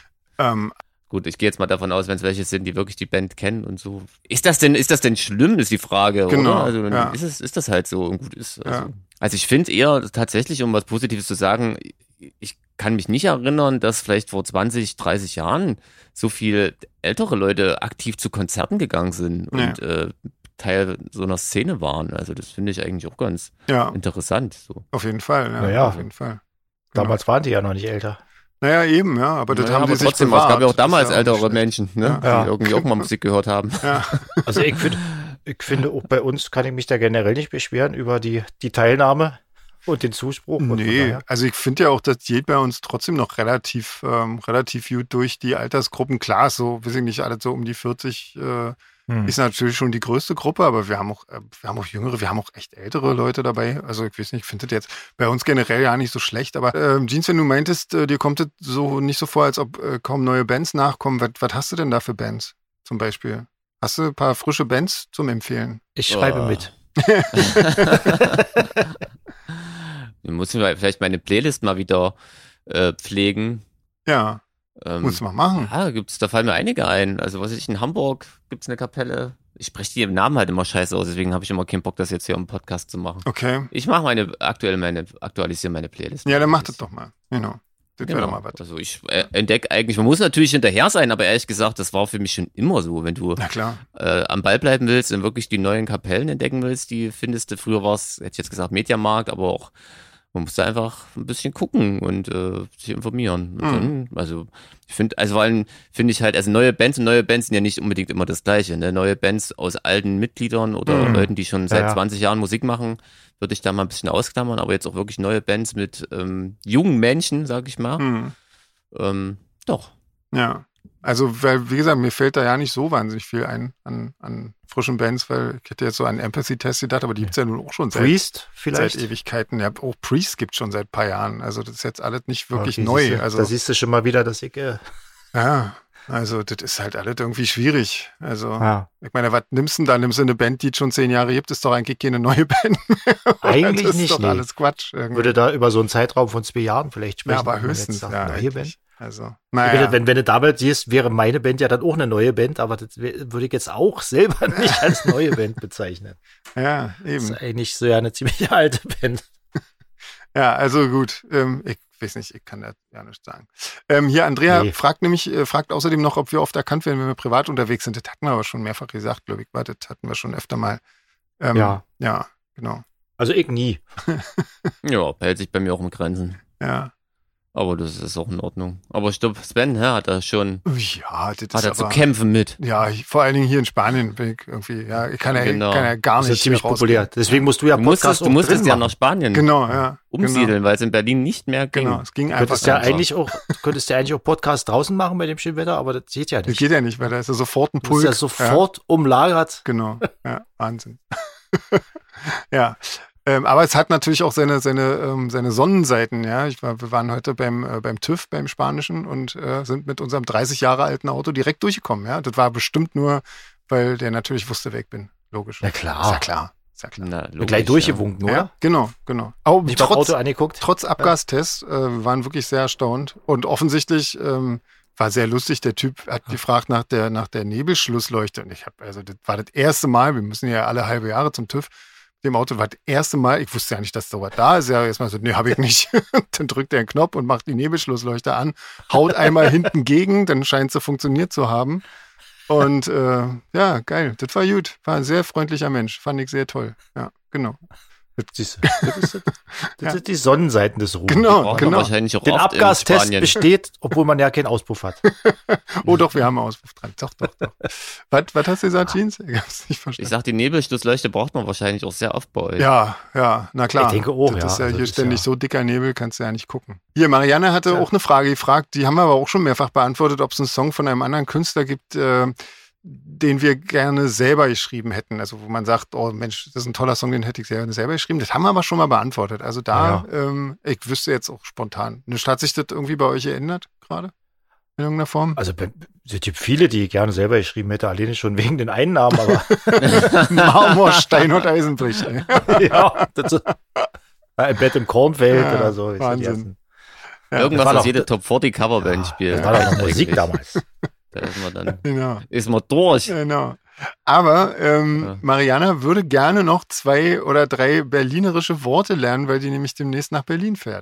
Gut, ich gehe jetzt mal davon aus, wenn es welche sind, die wirklich die Band kennen und so. Ist das denn schlimm, ist die Frage, genau, oder? Also dann ist das halt so und gut ist. Also ich finde eher tatsächlich, um was Positives zu sagen, ich kann mich nicht erinnern, dass vielleicht vor 20, 30 Jahren so viel ältere Leute aktiv zu Konzerten gegangen sind und Teil so einer Szene waren. Also das finde ich eigentlich auch ganz interessant. So. Auf jeden Fall, auf jeden Fall. Genau. Damals waren die ja noch nicht älter. Naja, eben, aber das haben die sich trotzdem, bewahrt. es gab ja auch damals ältere Menschen, ne, die irgendwie auch mal Musik gehört haben. Ja. Also ich finde, auch bei uns kann ich mich da generell nicht beschweren über die Teilnahme und den Zuspruch. Nee, also ich finde ja auch, das geht bei uns trotzdem noch relativ gut durch die Altersgruppen. Klar, so, weiß ich nicht, alles so um die 40 ist natürlich schon die größte Gruppe, aber wir haben auch Jüngere, wir haben auch echt ältere Leute dabei. Also ich weiß nicht, ich finde das jetzt bei uns generell ja nicht so schlecht, aber Jeans, wenn du meintest, dir kommt es so nicht so vor, als ob kaum neue Bands nachkommen. Was hast du denn da für Bands zum Beispiel? Hast du ein paar frische Bands zum Empfehlen? Ich schreibe mit. Wir müssen vielleicht meine Playlist mal wieder pflegen. Ja, muss man machen. Ja, da fallen mir einige ein. Also was weiß ich, in Hamburg gibt's eine Kapelle. Ich spreche die im Namen halt immer scheiße aus, deswegen habe ich immer keinen Bock, das jetzt hier im Podcast zu machen. Okay. Ich mache aktualisiere meine Playlist. Ja, dann mach das doch mal. Genau. Das wäre doch mal was. Also ich entdecke eigentlich, man muss natürlich hinterher sein, aber ehrlich gesagt, das war für mich schon immer so, wenn du am Ball bleiben willst und wirklich die neuen Kapellen entdecken willst, die findest du. Früher war es, hätte ich jetzt gesagt, Mediamarkt, aber auch man muss da einfach ein bisschen gucken und sich informieren. Und dann, also ich finde, finde ich halt, also neue Bands sind ja nicht unbedingt immer das Gleiche. Ne? Neue Bands aus alten Mitgliedern oder Leuten, die schon seit 20 Jahren Musik machen, würde ich da mal ein bisschen ausklammern, aber jetzt auch wirklich neue Bands mit jungen Menschen, sag ich mal. Doch. Ja. Also, weil, wie gesagt, mir fällt da ja nicht so wahnsinnig viel ein an frischen Bands, weil ich hätte jetzt so an Empathy-Test gedacht, aber die gibt's ja nun auch schon seit Ewigkeiten. Ja, auch Priest gibt's schon seit ein paar Jahren. Also, das ist jetzt alles nicht wirklich neu. Da siehst du schon mal wieder, dass ich... Ja, also, das ist halt alles irgendwie schwierig. Also, ich meine, was nimmst du da? Nimmst du eine Band, die schon 10 Jahre gibt, ist doch eigentlich keine neue Band mehr. Eigentlich das nicht, ist doch alles Quatsch. Irgendwie. Würde da über so einen Zeitraum von 2 Jahren vielleicht sprechen. Ja, aber höchstens, neue Band. Also, naja. Wenn du damit siehst, wäre meine Band ja dann auch eine neue Band, aber das würde ich jetzt auch selber nicht als neue Band bezeichnen. Ja, eben. Das ist eigentlich so eine ziemlich alte Band. Ja, also gut. Ich weiß nicht, ich kann da ja nichts sagen. Hier, Andrea fragt außerdem noch, ob wir oft erkannt werden, wenn wir privat unterwegs sind. Das hatten wir aber schon mehrfach gesagt, glaube ich. Das hatten wir schon öfter mal. Ja, genau. Also ich nie. Ja, hält sich bei mir auch in Grenzen. Ja. Aber das ist auch in Ordnung. Aber ich glaube, Sven hat da schon zu kämpfen mit. Ja, vor allen Dingen hier in Spanien bin ich irgendwie, ich kann ja gar nicht. Das ist ziemlich populär. Deswegen musst du ja Podcast Du musstest ja nach Spanien umsiedeln, weil es in Berlin nicht mehr ging. Genau, es ging einfach. Du könntest ja eigentlich auch Podcast draußen machen bei dem schönen Wetter, aber das geht ja nicht. Das geht ja nicht, weil da ist ja sofort ein Pulk. Das ist ja sofort umlagert. Genau, ja, Wahnsinn. Ja. Aber es hat natürlich auch seine Sonnenseiten, ja. Wir waren heute beim TÜV, beim Spanischen und sind mit unserem 30 Jahre alten Auto direkt durchgekommen, ja. Das war bestimmt nur, weil der natürlich wusste, wer ich bin. Logisch. Ja, klar. Ist ja klar. Na, logisch, gleich durchgewunken, oder? Ja, genau. Auch nicht beim Auto angeguckt. Trotz Abgastest, wir waren wirklich sehr erstaunt. Und offensichtlich war sehr lustig. Der Typ hat gefragt nach der Nebelschlussleuchte. Und das war das erste Mal, wir müssen ja alle halbe Jahre zum TÜV. Dem Auto war das erste Mal, ich wusste ja nicht, dass sowas da ist. Ja, erstmal so, nee, habe ich nicht. Dann drückt er einen Knopf und macht die Nebelschlussleuchte an, haut einmal hinten gegen, dann scheint es funktioniert zu haben. Und geil, das war gut. War ein sehr freundlicher Mensch, fand ich sehr toll. Ja, genau. Das sind die Sonnenseiten des Ruhms. Genau. Wahrscheinlich auch den Abgastest besteht, obwohl man ja keinen Auspuff hat. Oh doch, wir haben einen Auspuff dran. Doch. Was hast du gesagt, Jeans? Ich hab's nicht verstanden. Ich sag, die Nebelschlussleuchte braucht man wahrscheinlich auch sehr oft bei euch. Ja, na klar. Ich denke auch, das ist ja hier ständig so dicker Nebel, kannst du ja nicht gucken. Hier, Marianne hatte auch eine Frage gefragt, die haben wir aber auch schon mehrfach beantwortet, ob es einen Song von einem anderen Künstler gibt, den wir gerne selber geschrieben hätten. Also wo man sagt, oh Mensch, das ist ein toller Song, den hätte ich selber geschrieben. Das haben wir aber schon mal beantwortet. Also da, ich wüsste jetzt auch spontan. Hat sich das irgendwie bei euch geändert gerade? In irgendeiner Form? Also es gibt viele, die ich gerne selber geschrieben hätte, alleine schon wegen den einen Namen, aber Marmor, Stein und Eisenbrich. Ja, ein Bett im Kornfeld oder so. Wahnsinn. Irgendwas, was jede Top 40 Coverband spielt. Das war doch noch Musik damals. Da ist man durch. Genau. Aber Mariana würde gerne noch 2 oder 3 berlinerische Worte lernen, weil die nämlich demnächst nach Berlin fährt.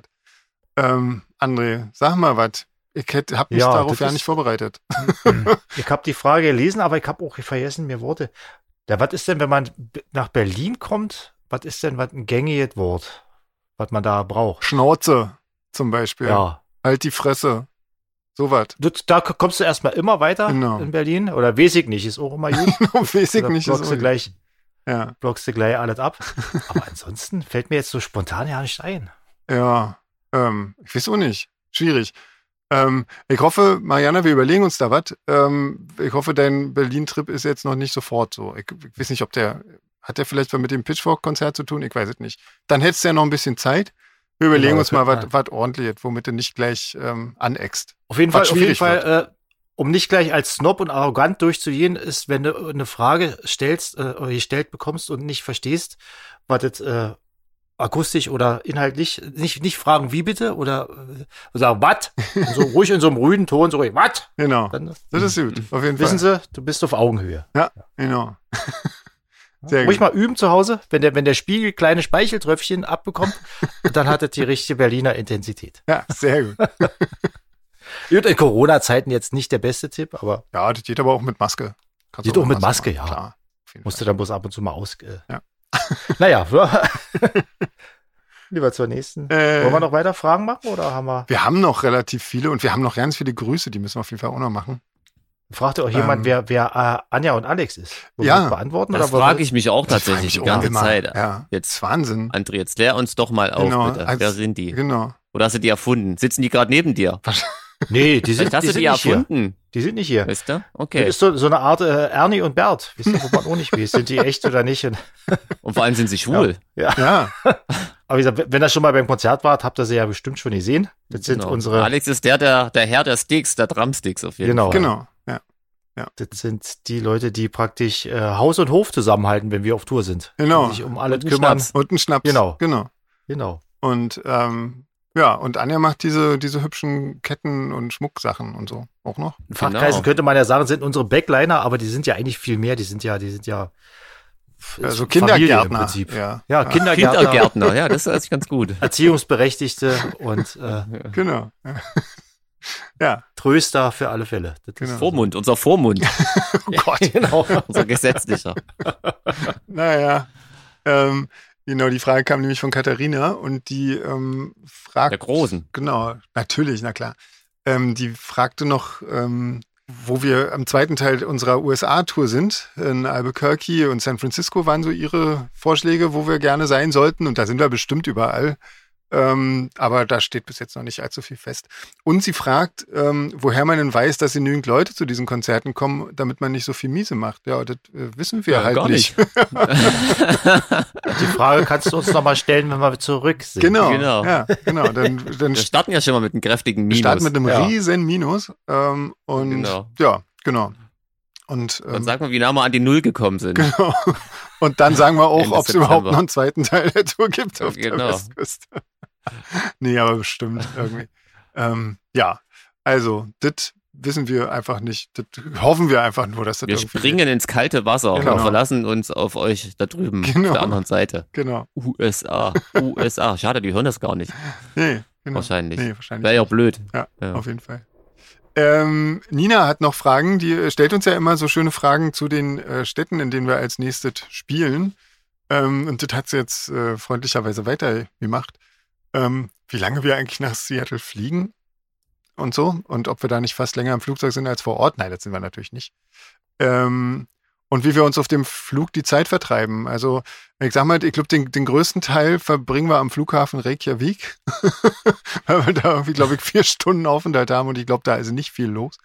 André, sag mal was. Ich habe mich darauf ja nicht vorbereitet. Ich habe die Frage gelesen, aber ich habe auch vergessen mir Worte. Was ist denn, wenn man nach Berlin kommt, was ist denn ein gängiges Wort, was man da braucht? Schnauze zum Beispiel. Ja. Halt die Fresse. So was. Da kommst du erstmal immer weiter in Berlin. Oder weiß ich nicht, ist auch immer gut. Weiß ich nicht. Blockst du gleich alles ab. Aber ansonsten fällt mir jetzt so spontan ja nicht ein. Ja, ich weiß auch nicht. Schwierig. Ich hoffe, Mariana, wir überlegen uns da was. Ich hoffe, dein Berlin-Trip ist jetzt noch nicht sofort so. Ich weiß nicht, hat der vielleicht was mit dem Pitchfork-Konzert zu tun? Ich weiß es nicht. Dann hättest du ja noch ein bisschen Zeit. Wir überlegen uns mal was ordentliches, womit du nicht gleich aneckst. Auf jeden Fall, um nicht gleich als Snob und arrogant durchzugehen, ist, wenn du eine Frage stellst oder gestellt bekommst und nicht verstehst, was das akustisch oder inhaltlich, nicht fragen, wie bitte, oder sagen, was? So ruhig in so einem ruhigen Ton, so ruhig, was? Genau, das ist gut, auf jeden Fall. Wissen Sie, du bist auf Augenhöhe. Ja, genau. Sehr gut. Ruhig mal üben zu Hause, wenn der Spiegel kleine Speicheltröpfchen abbekommt, dann hat es die richtige Berliner Intensität. Ja, sehr gut. Gut, in Corona-Zeiten jetzt nicht der beste Tipp, aber. Ja, das geht aber auch mit Maske. Geht auch mit Maske, ja. Klar, musst du dann bloß ab und zu mal ja. Naja, lieber zur nächsten. Wollen wir noch weiter Fragen machen oder haben wir? Wir haben noch relativ viele und wir haben noch ganz viele Grüße, die müssen wir auf jeden Fall auch noch machen. Fragt auch jemand, wer Anja und Alex ist? Ja, beantworten? Das frage ich mich auch tatsächlich die ganze Zeit. Ja, jetzt Wahnsinn. André, jetzt klär uns doch mal auf, bitte. Wer sind die? Genau. Oder hast du die erfunden? Sitzen die gerade neben dir? Nee, die sind hast du die erfunden? Hier. Die sind nicht hier. Weißt du? Okay. Das ist so eine Art Ernie und Bert. Wisst ihr, wo man auch nicht weiß. Sind die echt oder nicht? Und vor allem sind sie schwul. Ja. Aber wie gesagt, wenn ihr schon mal beim Konzert wart, habt ihr sie ja bestimmt schon gesehen. Das sind unsere. Alex ist der Herr der Sticks, der Drumsticks auf jeden Fall. Genau. Ja. Das sind die Leute, die praktisch Haus und Hof zusammenhalten, wenn wir auf Tour sind. Genau. Die sich um alle kümmern. Und einen Schnaps. Genau. Und und Anja macht diese hübschen Ketten und Schmucksachen und so auch noch. In Fachkreisen könnte man ja sagen, sind unsere Backliner, aber die sind ja eigentlich viel mehr. Die sind ja so Kindergärtner im Prinzip. Ja, Kindergärtner, ja, das ist ganz gut. Erziehungsberechtigte und genau. Ja. Tröster für alle Fälle. Genau. Vormund, unser Vormund. Oh Gott. Genau. Unser gesetzlicher. Naja. Genau, die Frage kam nämlich von Katharina und die fragt. Der Großen. Genau, natürlich, na klar. Die fragte noch, wo wir am zweiten Teil unserer USA-Tour sind. In Albuquerque und San Francisco waren so ihre Vorschläge, wo wir gerne sein sollten. Und da sind wir bestimmt überall. Aber da steht bis jetzt noch nicht allzu viel fest. Und sie fragt, woher man denn weiß, dass genügend Leute zu diesen Konzerten kommen, damit man nicht so viel Miese macht. Ja, das wissen wir halt gar nicht. Die Frage kannst du uns noch mal stellen, wenn wir zurück sind. Genau. Ja, genau. Dann wir starten ja schon mal mit einem kräftigen Minus. Wir starten mit einem riesen Minus. Ja, genau. Und dann sagen wir, wie nah wir an die Null gekommen sind. Genau. Und dann sagen wir auch, ob es überhaupt September noch einen zweiten Teil der Tour gibt auf der Genau. Westküste. Nee, aber bestimmt irgendwie. Ja, also, das wissen wir einfach nicht. Das hoffen wir einfach nur, dass das Wir irgendwie springen ins kalte Wasser Genau. und verlassen uns auf euch da drüben, Genau. auf der anderen Seite. Genau. USA. Schade, die hören das gar nicht. Nee, genau. Wahrscheinlich. Nee, wahrscheinlich. Wäre ja auch blöd. Ja, Ja. auf jeden Fall. Nina hat noch Fragen, die stellt uns ja immer so schöne Fragen zu den Städten, in denen wir als nächstes spielen. Und das hat sie jetzt freundlicherweise weitergemacht. Wie lange wir eigentlich nach Seattle fliegen und so. Und ob wir da nicht fast länger im Flugzeug sind als vor Ort. Nein, das sind wir natürlich nicht. Und wie wir uns auf dem Flug die Zeit vertreiben. Also ich sag mal, ich glaube, den größten Teil verbringen wir am Flughafen Reykjavik, weil wir da irgendwie, glaube ich, 4 Stunden Aufenthalt haben und ich glaube, da ist nicht viel los.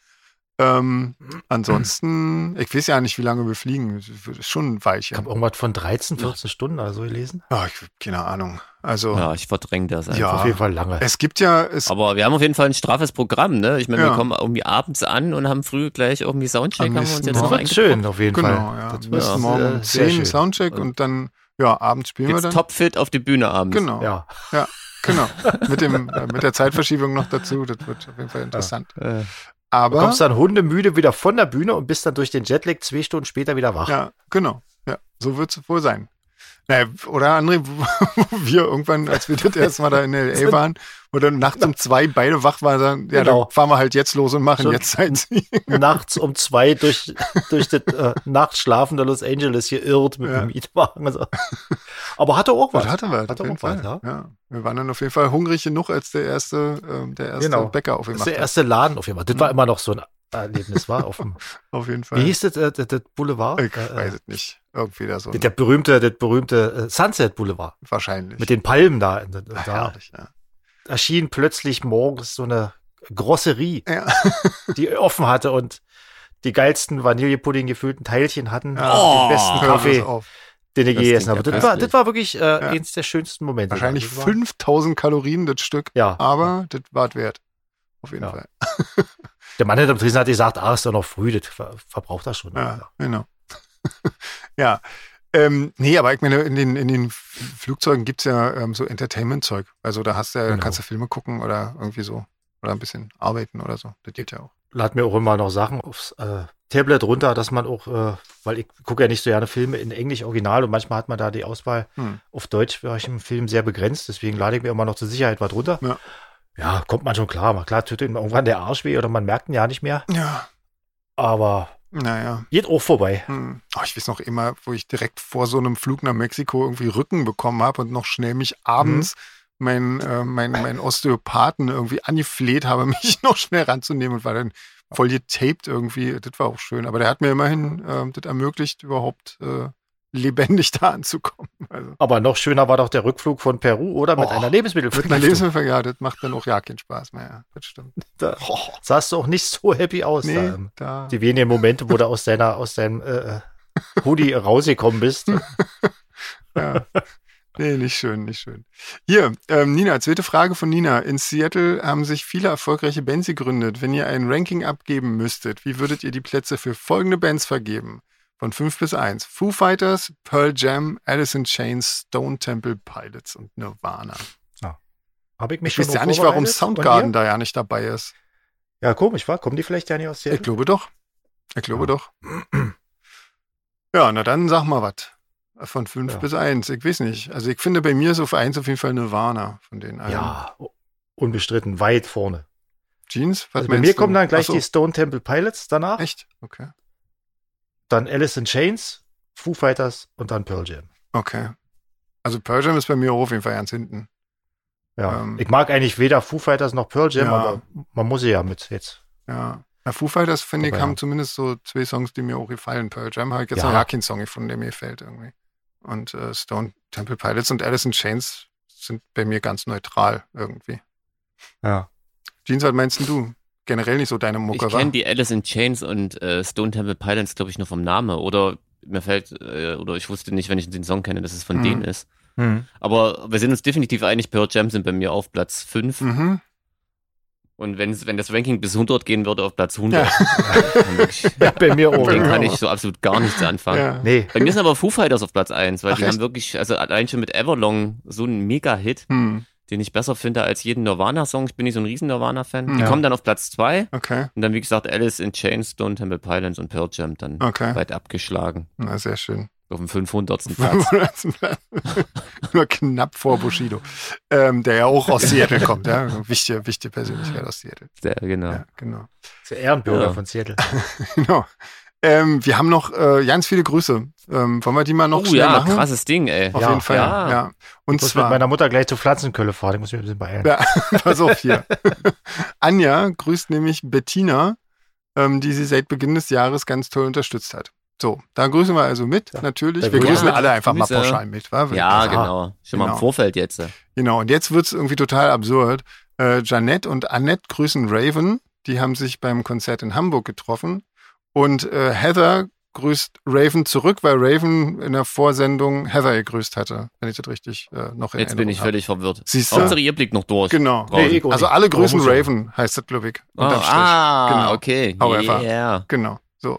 Ansonsten, ich weiß ja nicht, wie lange wir fliegen. Das ist schon ein Weilchen. Ich habe irgendwas von 13, 14 Stunden oder so gelesen. Ja, ich habe keine Ahnung. Also, Ja, ich verdränge das einfach. Ja. Auf jeden Fall lange. es gibt ja, Aber wir haben auf jeden Fall ein straffes Programm, ne? Ich meine, Ja. wir kommen irgendwie abends an und haben früh gleich irgendwie Soundcheck, Am haben wir uns nächsten jetzt Das noch wird Morgen. schön, auf jeden genau, Fall. ja. Das Nächsten wird, Morgen um sehr 10 schön. Soundcheck und dann, ja, abends spielen wir Jetzt dann. topfit auf die Bühne abends. Genau. Ja. Ja, genau. mit der Zeitverschiebung noch dazu. Das wird auf jeden Fall interessant. Du Aber, kommst dann hundemüde wieder von der Bühne und bist dann durch den Jetlag 2 Stunden später wieder wach. ja, genau. Ja, so wird es wohl sein. Naja, oder André, wo wir irgendwann, als wir das erste Mal da in L.A. waren, wo dann nachts um 2 beide wach waren, sagen, ja, Genau. dann fahren wir halt jetzt los und machen Schon jetzt Sightseeing. Nachts um 2 durch das Nachtschlafen der Los Angeles geirrt mit dem Mietwagen. Also. Aber hatte auch was. Das hatten wir, Hatte auf jeden auch was, Fall. ja. Ja. Wir waren dann auf jeden Fall hungrig genug, als der erste Genau. Bäcker Das ist aufgemacht der hat. erste Laden auf jeden Fall. Das war immer noch so ein Erlebnis, war auf dem, Auf jeden Fall. wie hieß das Boulevard? Ich weiß es nicht. Irgendwie da so. Das berühmte Sunset Boulevard. Wahrscheinlich. Mit den Palmen da. Da Herrlich, ja. erschien plötzlich morgens so eine Grosserie, die offen hatte und die geilsten Vanillepudding gefüllten Teilchen hatten. Den besten Kaffee, den ich gegessen habe. Das war wirklich eins der schönsten Momente. Wahrscheinlich 5000 Kalorien das Stück, aber das war wert. Auf jeden Fall. Der Mann hinterm Tresen hat gesagt, ist doch noch früh, das verbraucht er schon. Ja, genau. Ja. Nee, aber ich meine, in den Flugzeugen gibt's ja so Entertainment-Zeug. Also da kannst du Filme gucken oder irgendwie so. Oder ein bisschen arbeiten oder so. Das geht ja auch. Lad mir auch immer noch Sachen aufs Tablet runter, dass man auch, weil ich gucke ja nicht so gerne Filme in Englisch Original und manchmal hat man da die Auswahl auf Deutsch, war ich im Film sehr begrenzt, deswegen lade ich mir immer noch zur Sicherheit was runter. Ja, kommt man schon klar. Klar tut ihm irgendwann der Arsch weh oder man merkt ihn ja nicht mehr. Ja. Aber geht auch vorbei. Ich weiß noch immer, wo ich direkt vor so einem Flug nach Mexiko irgendwie Rücken bekommen habe und noch schnell mich abends mein Osteopathen irgendwie angefleht habe, mich noch schnell ranzunehmen und war dann voll getaped irgendwie. Das war auch schön. Aber der hat mir immerhin das ermöglicht, überhaupt lebendig da anzukommen. Also. Aber noch schöner war doch der Rückflug von Peru, oder? Mit einer Lebensmittelvergiftung. Mit einer Lebensmittelvergiftung, das macht dann auch keinen Spaß mehr. Das stimmt. Da sahst du auch nicht so happy aus. Nee, die wenigen Momente, wo du aus deinem Hoodie rausgekommen bist. Ja. Nee, nicht schön, nicht schön. Hier, Nina, zweite Frage von Nina. In Seattle haben sich viele erfolgreiche Bands gegründet. Wenn ihr ein Ranking abgeben müsstet, wie würdet ihr die Plätze für folgende Bands vergeben? Von 5 bis 1. Foo Fighters, Pearl Jam, Alice in Chains, Stone Temple Pilots und Nirvana. Hab ich mich weiß ja nicht, warum Soundgarden da ja nicht dabei ist. Ja, komisch, war? Kommen die vielleicht ja nicht aus Seattle? Ich glaube doch. Ja, na dann sag mal was. Von 5 bis 1. Ich weiß nicht. Also ich finde, bei mir ist auf 1 auf jeden Fall Nirvana von den allen. Ja, unbestritten, weit vorne. Jeans? Was bei mir kommen dann gleich die Stone Temple Pilots danach. Echt? Okay. Dann Alice in Chains, Foo Fighters und dann Pearl Jam. Okay. Also Pearl Jam ist bei mir auch auf jeden Fall ganz hinten. Ja, ich mag eigentlich weder Foo Fighters noch Pearl Jam, aber man muss sie ja mit jetzt. Ja. Foo Fighters, finde ich, haben zumindest so 2 Songs, die mir auch gefallen. Pearl Jam habe ich jetzt noch gar keinen Song gefunden, der mir gefällt irgendwie. Und Stone Temple Pilots und Alice in Chains sind bei mir ganz neutral irgendwie. Ja. Jeans, was meinst du? Generell nicht so deine Mucke, Ich kenne die Alice in Chains und Stone Temple Pilots, glaube ich, nur vom Namen. Oder mir fällt, oder ich wusste nicht, wenn ich den Song kenne, dass es von denen ist. Aber wir sind uns definitiv einig, Pearl Jam sind bei mir auf Platz 5. Und wenn das Ranking bis 100 gehen würde, auf Platz 100. Bei mir auch. Mit denen kann ich so absolut gar nichts anfangen. Ja. Nee. Bei mir sind aber Foo Fighters auf Platz 1, weil die haben wirklich, also allein schon mit Everlong so einen Mega-Hit, den ich besser finde als jeden Nirvana-Song. Ich bin nicht so ein riesen Nirvana-Fan. Die kommen dann auf Platz 2. Okay. Und dann, wie gesagt, Alice in Chains, Stone Temple Pilots und Pearl Jam dann weit abgeschlagen. Na, sehr schön. Auf dem 500. Platz. Nur knapp vor Bushido. Der ja auch aus Seattle kommt. Ja? Wichtige Persönlichkeit aus Seattle. Sehr, genau. Ja, genau. Der Ehrenbürger von Seattle. Genau. Wir haben noch ganz viele Grüße. Wollen wir die mal noch schnell machen? Krasses Ding, ey. Auf jeden Fall, ja. Und ich muss zwar mit meiner Mutter gleich zur Pflanzenkölle fahren. Ich muss mich ein bisschen beeilen. Ja, pass auf hier. Anja grüßt nämlich Bettina, die sie seit Beginn des Jahres ganz toll unterstützt hat. So, da grüßen wir also mit, natürlich. Wir grüßen alle einfach mal pauschal mit. Wa? Ja, genau. Schon mal im Vorfeld jetzt. Genau, und jetzt wird's irgendwie total absurd. Janette und Annette grüßen Raven. Die haben sich beim Konzert in Hamburg getroffen. Und Heather grüßt Raven zurück, weil Raven in der Vorsendung Heather gegrüßt hatte, wenn ich das richtig noch Jetzt bin ich völlig verwirrt. Siehst du? Hauptsache ihr blickt noch durch. Genau. Nee, also alle grüßen Raven, heißt das, glaube ich. Unterm Strich. Genau. Okay. However. Genau. So.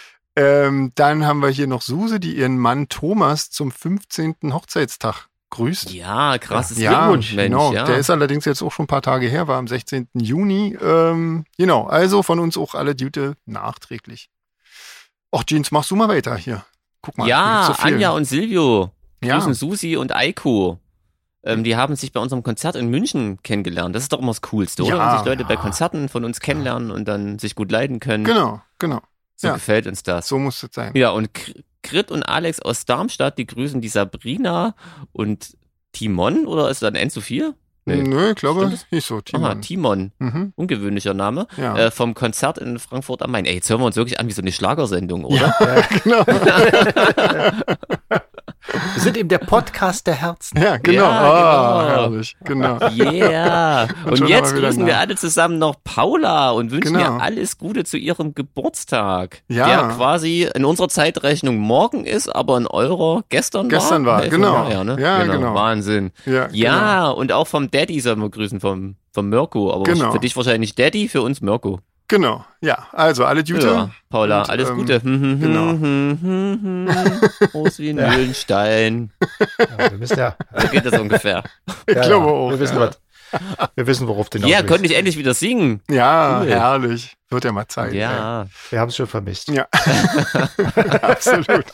Dann haben wir hier noch Suse, die ihren Mann Thomas zum 15. Hochzeitstag grüßt. Ja, krasses Glückwunsch. Mensch, genau. Ja. Der ist allerdings jetzt auch schon ein paar Tage her, war am 16. Juni. Genau, also von uns auch alle Gute nachträglich. Och, Jeans, machst du mal weiter hier. Guck mal. Ja, so Anja und Silvio grüßen Susi und Eiko. Die haben sich bei unserem Konzert in München kennengelernt. Das ist doch immer das Coolste, oder? Wenn sich Leute bei Konzerten von uns kennenlernen und dann sich gut leiden können. Genau. So gefällt uns das. So muss es sein. Ja, und Grit und Alex aus Darmstadt, die grüßen die Sabrina und Timon, oder ist das ein N zu 4? Nee. Nö, ich glaube, nicht so. Timon. Aha, Timon. Ungewöhnlicher Name. Ja. Vom Konzert in Frankfurt am Main. Ey, jetzt hören wir uns wirklich an wie so eine Schlagersendung, oder? Ja, genau. sind eben der Podcast der Herzen. Ja, genau. Ja, herrlich. Genau. Yeah. Und jetzt grüßen wir nach. alle zusammen noch Paula und wünschen Genau. ihr alles Gute zu ihrem Geburtstag. Ja. Der quasi in unserer Zeitrechnung morgen ist, aber in eurer gestern war. Genau. Ne? Ja, genau. Wahnsinn. Ja, Ja, und auch vom Daddy sollen wir grüßen, vom Mirko. Aber Genau. für dich wahrscheinlich Daddy, für uns Mirko. Genau. Ja, also alle Gute. Ja, Paula, Und, alles Gute. genau. Groß wie ein Mühlenstein. Ja, wir müssen ja. So geht das ungefähr. Ich glaube auch. Wir wissen, worauf du Ja, konnte ich endlich wieder singen. Ja, Cool. Herrlich. Wird ja mal Zeit. Ja. Wir haben es schon vermisst. Ja. Absolut.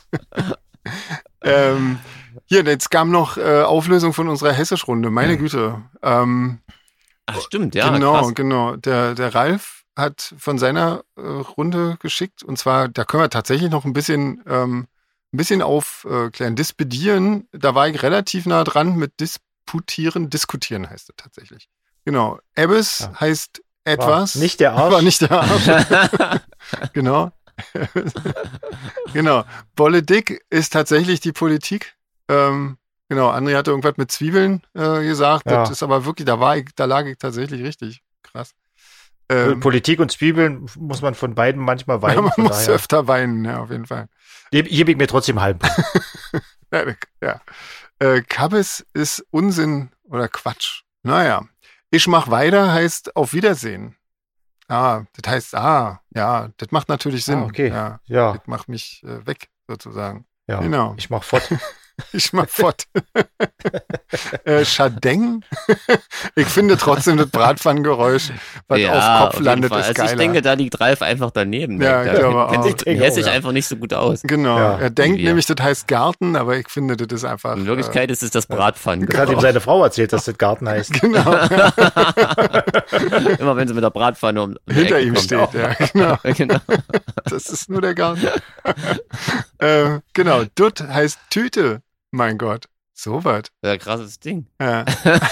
Hier, jetzt kam noch Auflösung von unserer Hessisch-Runde. Meine Güte. Ach, stimmt, ja. Genau, Krass. genau. Der Ralf hat von seiner Runde geschickt. Und zwar, da können wir tatsächlich noch ein bisschen aufklären. Dispedieren, da war ich relativ nah dran mit diskutieren heißt es tatsächlich. Genau. Ebbes heißt etwas. War nicht der Arsch. War nicht der Arsch. Genau. Genau. Bolle dick ist tatsächlich die Politik. Genau, André hatte irgendwas mit Zwiebeln gesagt. Ja. Das ist aber wirklich, da lag ich tatsächlich richtig. Krass. Politik und Zwiebeln muss man von beiden manchmal weinen. Man von muss daher öfter weinen, ja, auf jeden Fall. gebe ich mir trotzdem halb. Ja. Kabbes ist Unsinn oder Quatsch. Naja. Ich mach weiter heißt auf Wiedersehen. Das heißt, ja, das macht natürlich Sinn. Okay. Ja. Das macht mich weg, sozusagen. Ja. Genau. Ich mach fort. Ich mach fort. Schadeng. Ich finde trotzdem das Bratpfannengeräusch, was auf Kopf landet, ist also geiler. ich denke, da liegt Ralf einfach daneben. Ja, Da ich glaube kennt auch. sich in Hessisch einfach nicht so gut aus. Genau. Ja. Er denkt Ja. nämlich, das heißt Garten, aber ich finde, das ist einfach. In Wirklichkeit ist es das Bratpfannengeräusch. Hat ihm seine Frau erzählt, dass das Garten heißt. Genau. Immer wenn sie mit der Bratpfanne Hinter ihm kommt. steht, ja, genau. Genau. Das ist nur der Garten. Genau. Dutt heißt Tüte. Mein Gott. So was. Ja, krasses Ding. Ja.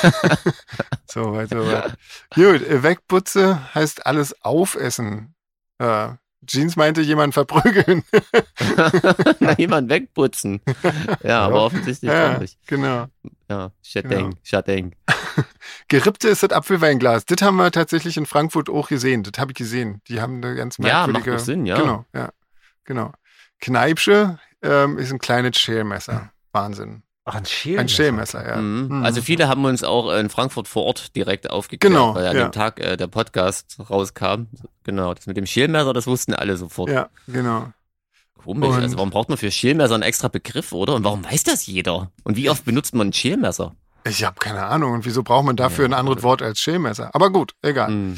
So weit. Gut, Wegputze heißt alles aufessen. Jeans meinte jemand verprügeln. Na, jemand wegputzen. Ja, aber offensichtlich auch nicht. Genau. Ja, Schadeng. Gerippte ist das Apfelweinglas. Das haben wir tatsächlich in Frankfurt auch gesehen. Das habe ich gesehen. Die haben eine ganz merkwürdige... Ja, macht doch Sinn, ja. Genau. Kneipsche ist ein kleines Schälmesser. Wahnsinn. Ach, ein Schälmesser. Ein Schälmesser, ja. Mhm. Also viele haben uns auch in Frankfurt vor Ort direkt aufgeklärt, Genau, weil an dem Tag der Podcast rauskam. Genau, das mit dem Schälmesser, das wussten alle sofort. Ja, genau. Komisch, Und- also warum braucht man für Schälmesser einen extra Begriff, oder? Und warum weiß das jeder? Und wie oft benutzt man ein Schälmesser? Ich habe keine Ahnung. Und wieso braucht man dafür ein anderes Wort als Schälmesser? Aber gut, egal. Mhm.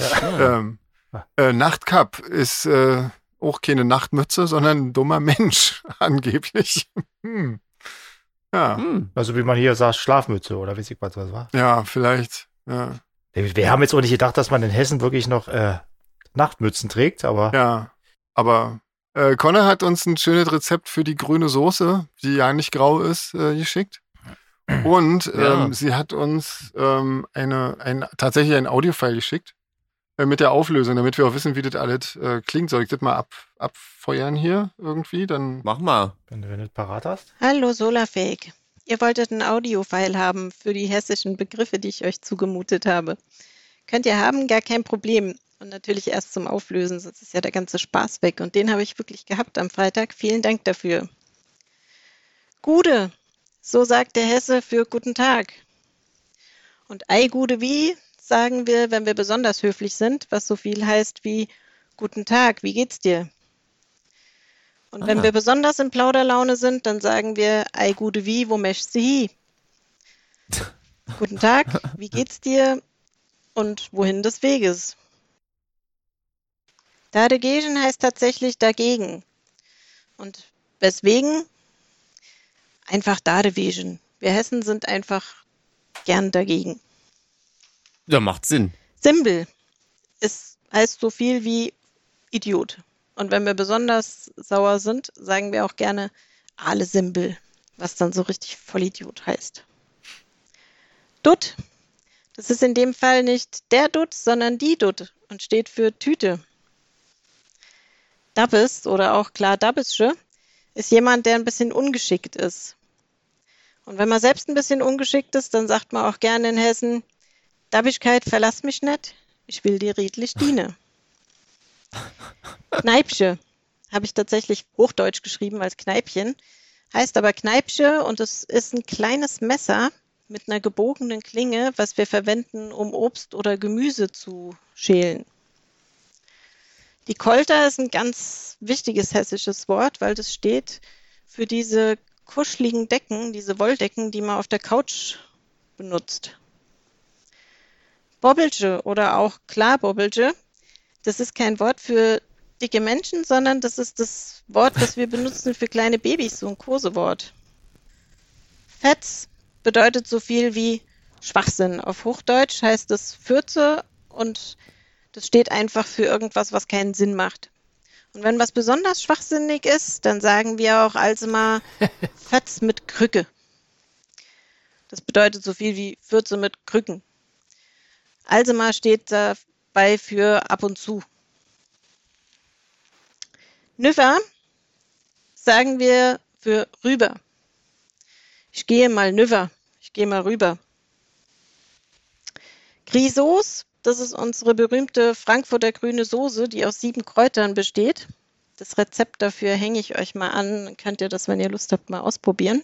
Ja. Nachtcup ist auch keine Nachtmütze, sondern ein dummer Mensch, angeblich. Ja. Hm. Also wie man hier sagt, Schlafmütze oder weiß ich was war. Ja, vielleicht. Ja. Wir haben jetzt auch nicht gedacht, dass man in Hessen wirklich noch Nachtmützen trägt, aber Ja, aber Conor hat uns ein schönes Rezept für die grüne Soße, die ja nicht grau ist, geschickt. Und sie hat uns tatsächlich ein Audiofile geschickt mit der Auflösung, damit wir auch wissen, wie das alles klingt. Soll ich das mal abfeuern hier irgendwie? Dann Mach mal. wenn du das parat hast. Hallo Solarfake. Ihr wolltet ein Audiofile haben für die hessischen Begriffe, die ich euch zugemutet habe. Könnt ihr haben, gar kein Problem. Und natürlich erst zum Auflösen, sonst ist ja der ganze Spaß weg. Und den habe ich wirklich gehabt am Freitag. Vielen Dank dafür. Gude, so sagt der Hesse für Guten Tag. Und Ei Gude wie sagen wir, wenn wir besonders höflich sind, was so viel heißt wie Guten Tag, wie geht's dir? Und wenn wir besonders in Plauderlaune sind, dann sagen wir Ei Gude wie, wo möchtest du hi? Guten Tag, wie geht's dir? Und wohin des Weges? Dagegen heißt tatsächlich dagegen. Und weswegen? Einfach dadewegen. Wir Hessen sind einfach gern dagegen. Ja, macht Sinn. Simbel heißt so viel wie Idiot. Und wenn wir besonders sauer sind, sagen wir auch gerne Ale Simbel, was dann so richtig Vollidiot heißt. Dutt, das ist in dem Fall nicht der Dutt, sondern die Dutt und steht für Tüte. Dabbes oder auch klar Dabbesche ist jemand, der ein bisschen ungeschickt ist. Und wenn man selbst ein bisschen ungeschickt ist, dann sagt man auch gerne in Hessen, Dabbigkeit, verlass mich nicht, ich will dir redlich dienen. Kneipsche habe ich tatsächlich Hochdeutsch geschrieben als Kneipchen, heißt aber Kneipsche und es ist ein kleines Messer mit einer gebogenen Klinge, was wir verwenden, um Obst oder Gemüse zu schälen. Die Kolter ist ein ganz wichtiges hessisches Wort, weil das steht für diese kuscheligen Decken, diese Wolldecken, die man auf der Couch benutzt. Bobbelche oder auch Klarbobbelche, das ist kein Wort für dicke Menschen, sondern das ist das Wort, das wir benutzen für kleine Babys, so ein Kosewort. Fetz bedeutet so viel wie Schwachsinn. Auf Hochdeutsch heißt es Fürze und das steht einfach für irgendwas, was keinen Sinn macht. Und wenn was besonders schwachsinnig ist, dann sagen wir auch also mal Fetz mit Krücke. Das bedeutet so viel wie Fürze mit Krücken. Also mal steht dabei für ab und zu. Nüffer sagen wir für rüber. Ich gehe mal nüffer, ich gehe mal rüber. Grisauce, das ist unsere berühmte Frankfurter grüne Soße, die aus 7 Kräutern besteht. Das Rezept dafür hänge ich euch mal an, dann könnt ihr das, wenn ihr Lust habt, mal ausprobieren.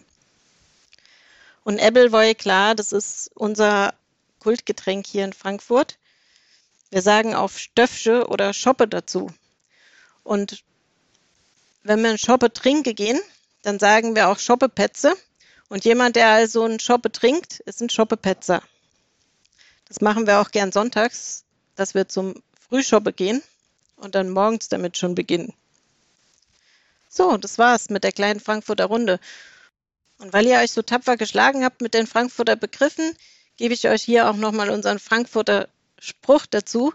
Und Ebbelwoi, klar, das ist unser Kultgetränk hier in Frankfurt. Wir sagen auf Stöffsche oder Schoppe dazu. Und wenn wir einen Schoppe trinken gehen, dann sagen wir auch Schoppepätze. Und jemand, der also einen Schoppe trinkt, ist ein Schoppepetzer. Das machen wir auch gern sonntags, dass wir zum Frühschoppe gehen und dann morgens damit schon beginnen. So, das war's mit der kleinen Frankfurter Runde. Und weil ihr euch so tapfer geschlagen habt mit den Frankfurter Begriffen, gebe ich euch hier auch nochmal unseren Frankfurter Spruch dazu,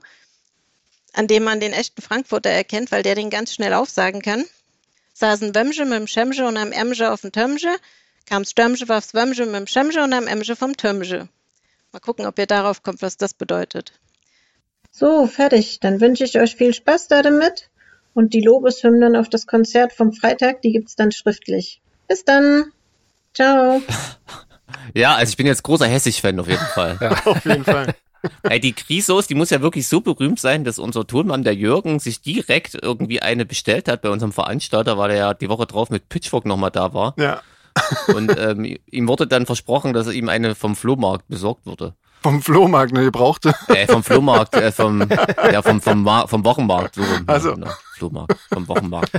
an dem man den echten Frankfurter erkennt, weil der den ganz schnell aufsagen kann. Saßen Wömsche mit dem Schemsche und am Emsche auf dem Tömsche, kam Stömsche aufs Wömsche mit dem Schemsche und am Emsche vom Tömsche. Mal gucken, ob ihr darauf kommt, was das bedeutet. So, fertig. Dann wünsche ich euch viel Spaß damit. Und die Lobeshymnen auf das Konzert vom Freitag, die gibt's dann schriftlich. Bis dann. Ciao. Ja, also ich bin jetzt großer Hessisch-Fan auf jeden Fall. Ja, auf jeden Fall. Ey, die Grisauce, die muss ja wirklich so berühmt sein, dass unser Tonmann, der Jürgen, sich direkt irgendwie eine bestellt hat bei unserem Veranstalter, weil er ja die Woche drauf mit Pitchfork nochmal da war. Ja. Und ihm wurde dann versprochen, dass ihm eine vom Flohmarkt besorgt wurde. Vom Flohmarkt, ne, gebrauchte? Vom Flohmarkt, vom Wochenmarkt. So rum, also. Genau, Flohmarkt, vom Wochenmarkt.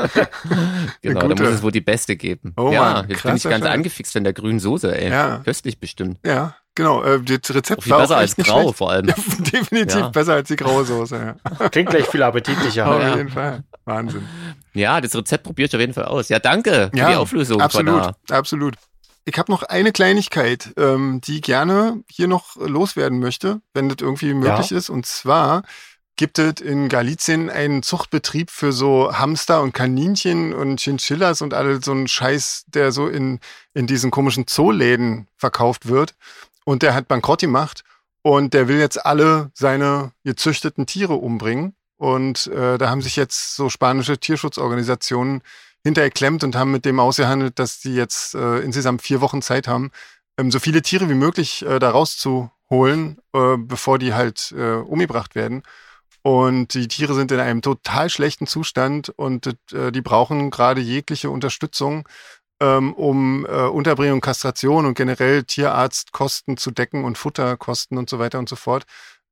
Genau, Gute. da muss es wohl die beste geben. Oh ja, Mann, jetzt bin ich ganz angefixt von der grünen Soße, ey. Ja. Köstlich bestimmt. Ja, genau. Das Rezept Auch viel war besser auch als echt nicht grau schlecht. vor allem. Ja, definitiv Ja. besser als die graue Soße, ja. Klingt gleich viel appetitlicher. Auf Ja. jeden Fall. Wahnsinn. Ja, das Rezept probiere ich auf jeden Fall aus. Ja, danke für Ja, die Auflösung. absolut, absolut. Ich habe noch eine Kleinigkeit, die ich gerne hier noch loswerden möchte, wenn das irgendwie möglich ist. Und zwar gibt es in Galizien einen Zuchtbetrieb für so Hamster und Kaninchen und Chinchillas und all so einen Scheiß, der so in diesen komischen Zooläden verkauft wird. Und der hat bankrott gemacht und der will jetzt alle seine gezüchteten Tiere umbringen. Und da haben sich jetzt so spanische Tierschutzorganisationen hintergeklemmt und haben mit dem ausgehandelt, dass die jetzt insgesamt 4 Wochen Zeit haben, so viele Tiere wie möglich da rauszuholen, bevor die halt umgebracht werden. Und die Tiere sind in einem total schlechten Zustand und die brauchen gerade jegliche Unterstützung, um Unterbringung, Kastration und generell Tierarztkosten zu decken und Futterkosten und so weiter und so fort.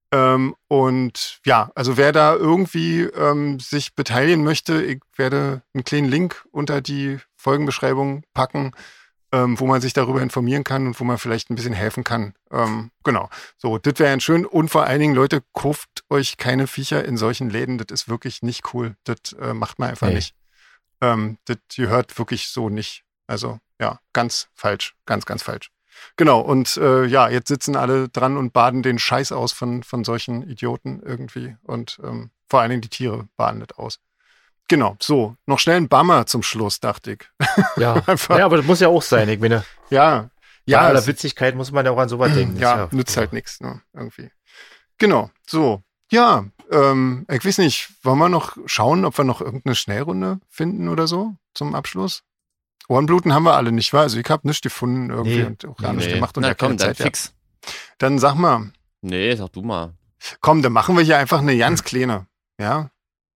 Und ja, also wer da irgendwie sich beteiligen möchte, ich werde einen kleinen Link unter die Folgenbeschreibung packen, wo man sich darüber informieren kann und wo man vielleicht ein bisschen helfen kann. Genau. So, das wäre ja schön. Und vor allen Dingen, Leute, kauft euch keine Viecher in solchen Läden. Das ist wirklich nicht cool. Das macht man einfach nicht. Das gehört wirklich so nicht. Also, ja, ganz falsch. Ganz, ganz falsch. Genau, und ja, jetzt sitzen alle dran und baden den Scheiß aus von solchen Idioten irgendwie. Und vor allen Dingen die Tiere baden das aus. Genau, so, noch schnell ein Bummer zum Schluss, dachte ich. Ja, ja, aber das muss ja auch sein. Ich meine, ja, bei aller Witzigkeit muss man ja auch an sowas denken. Ja, nützt halt nichts, ne, irgendwie. Genau, so, ja, ich weiß nicht, wollen wir noch schauen, ob wir noch irgendeine Schnellrunde finden oder so zum Abschluss? Ohrenbluten haben wir alle nicht, wahr? Also ich habe nichts gefunden irgendwie und auch gar nichts gemacht und Na, ja keine komm, dann Zeit fix. Dann sag mal. Nee, sag du mal. Komm, dann machen wir hier einfach eine ganz kleine, ja?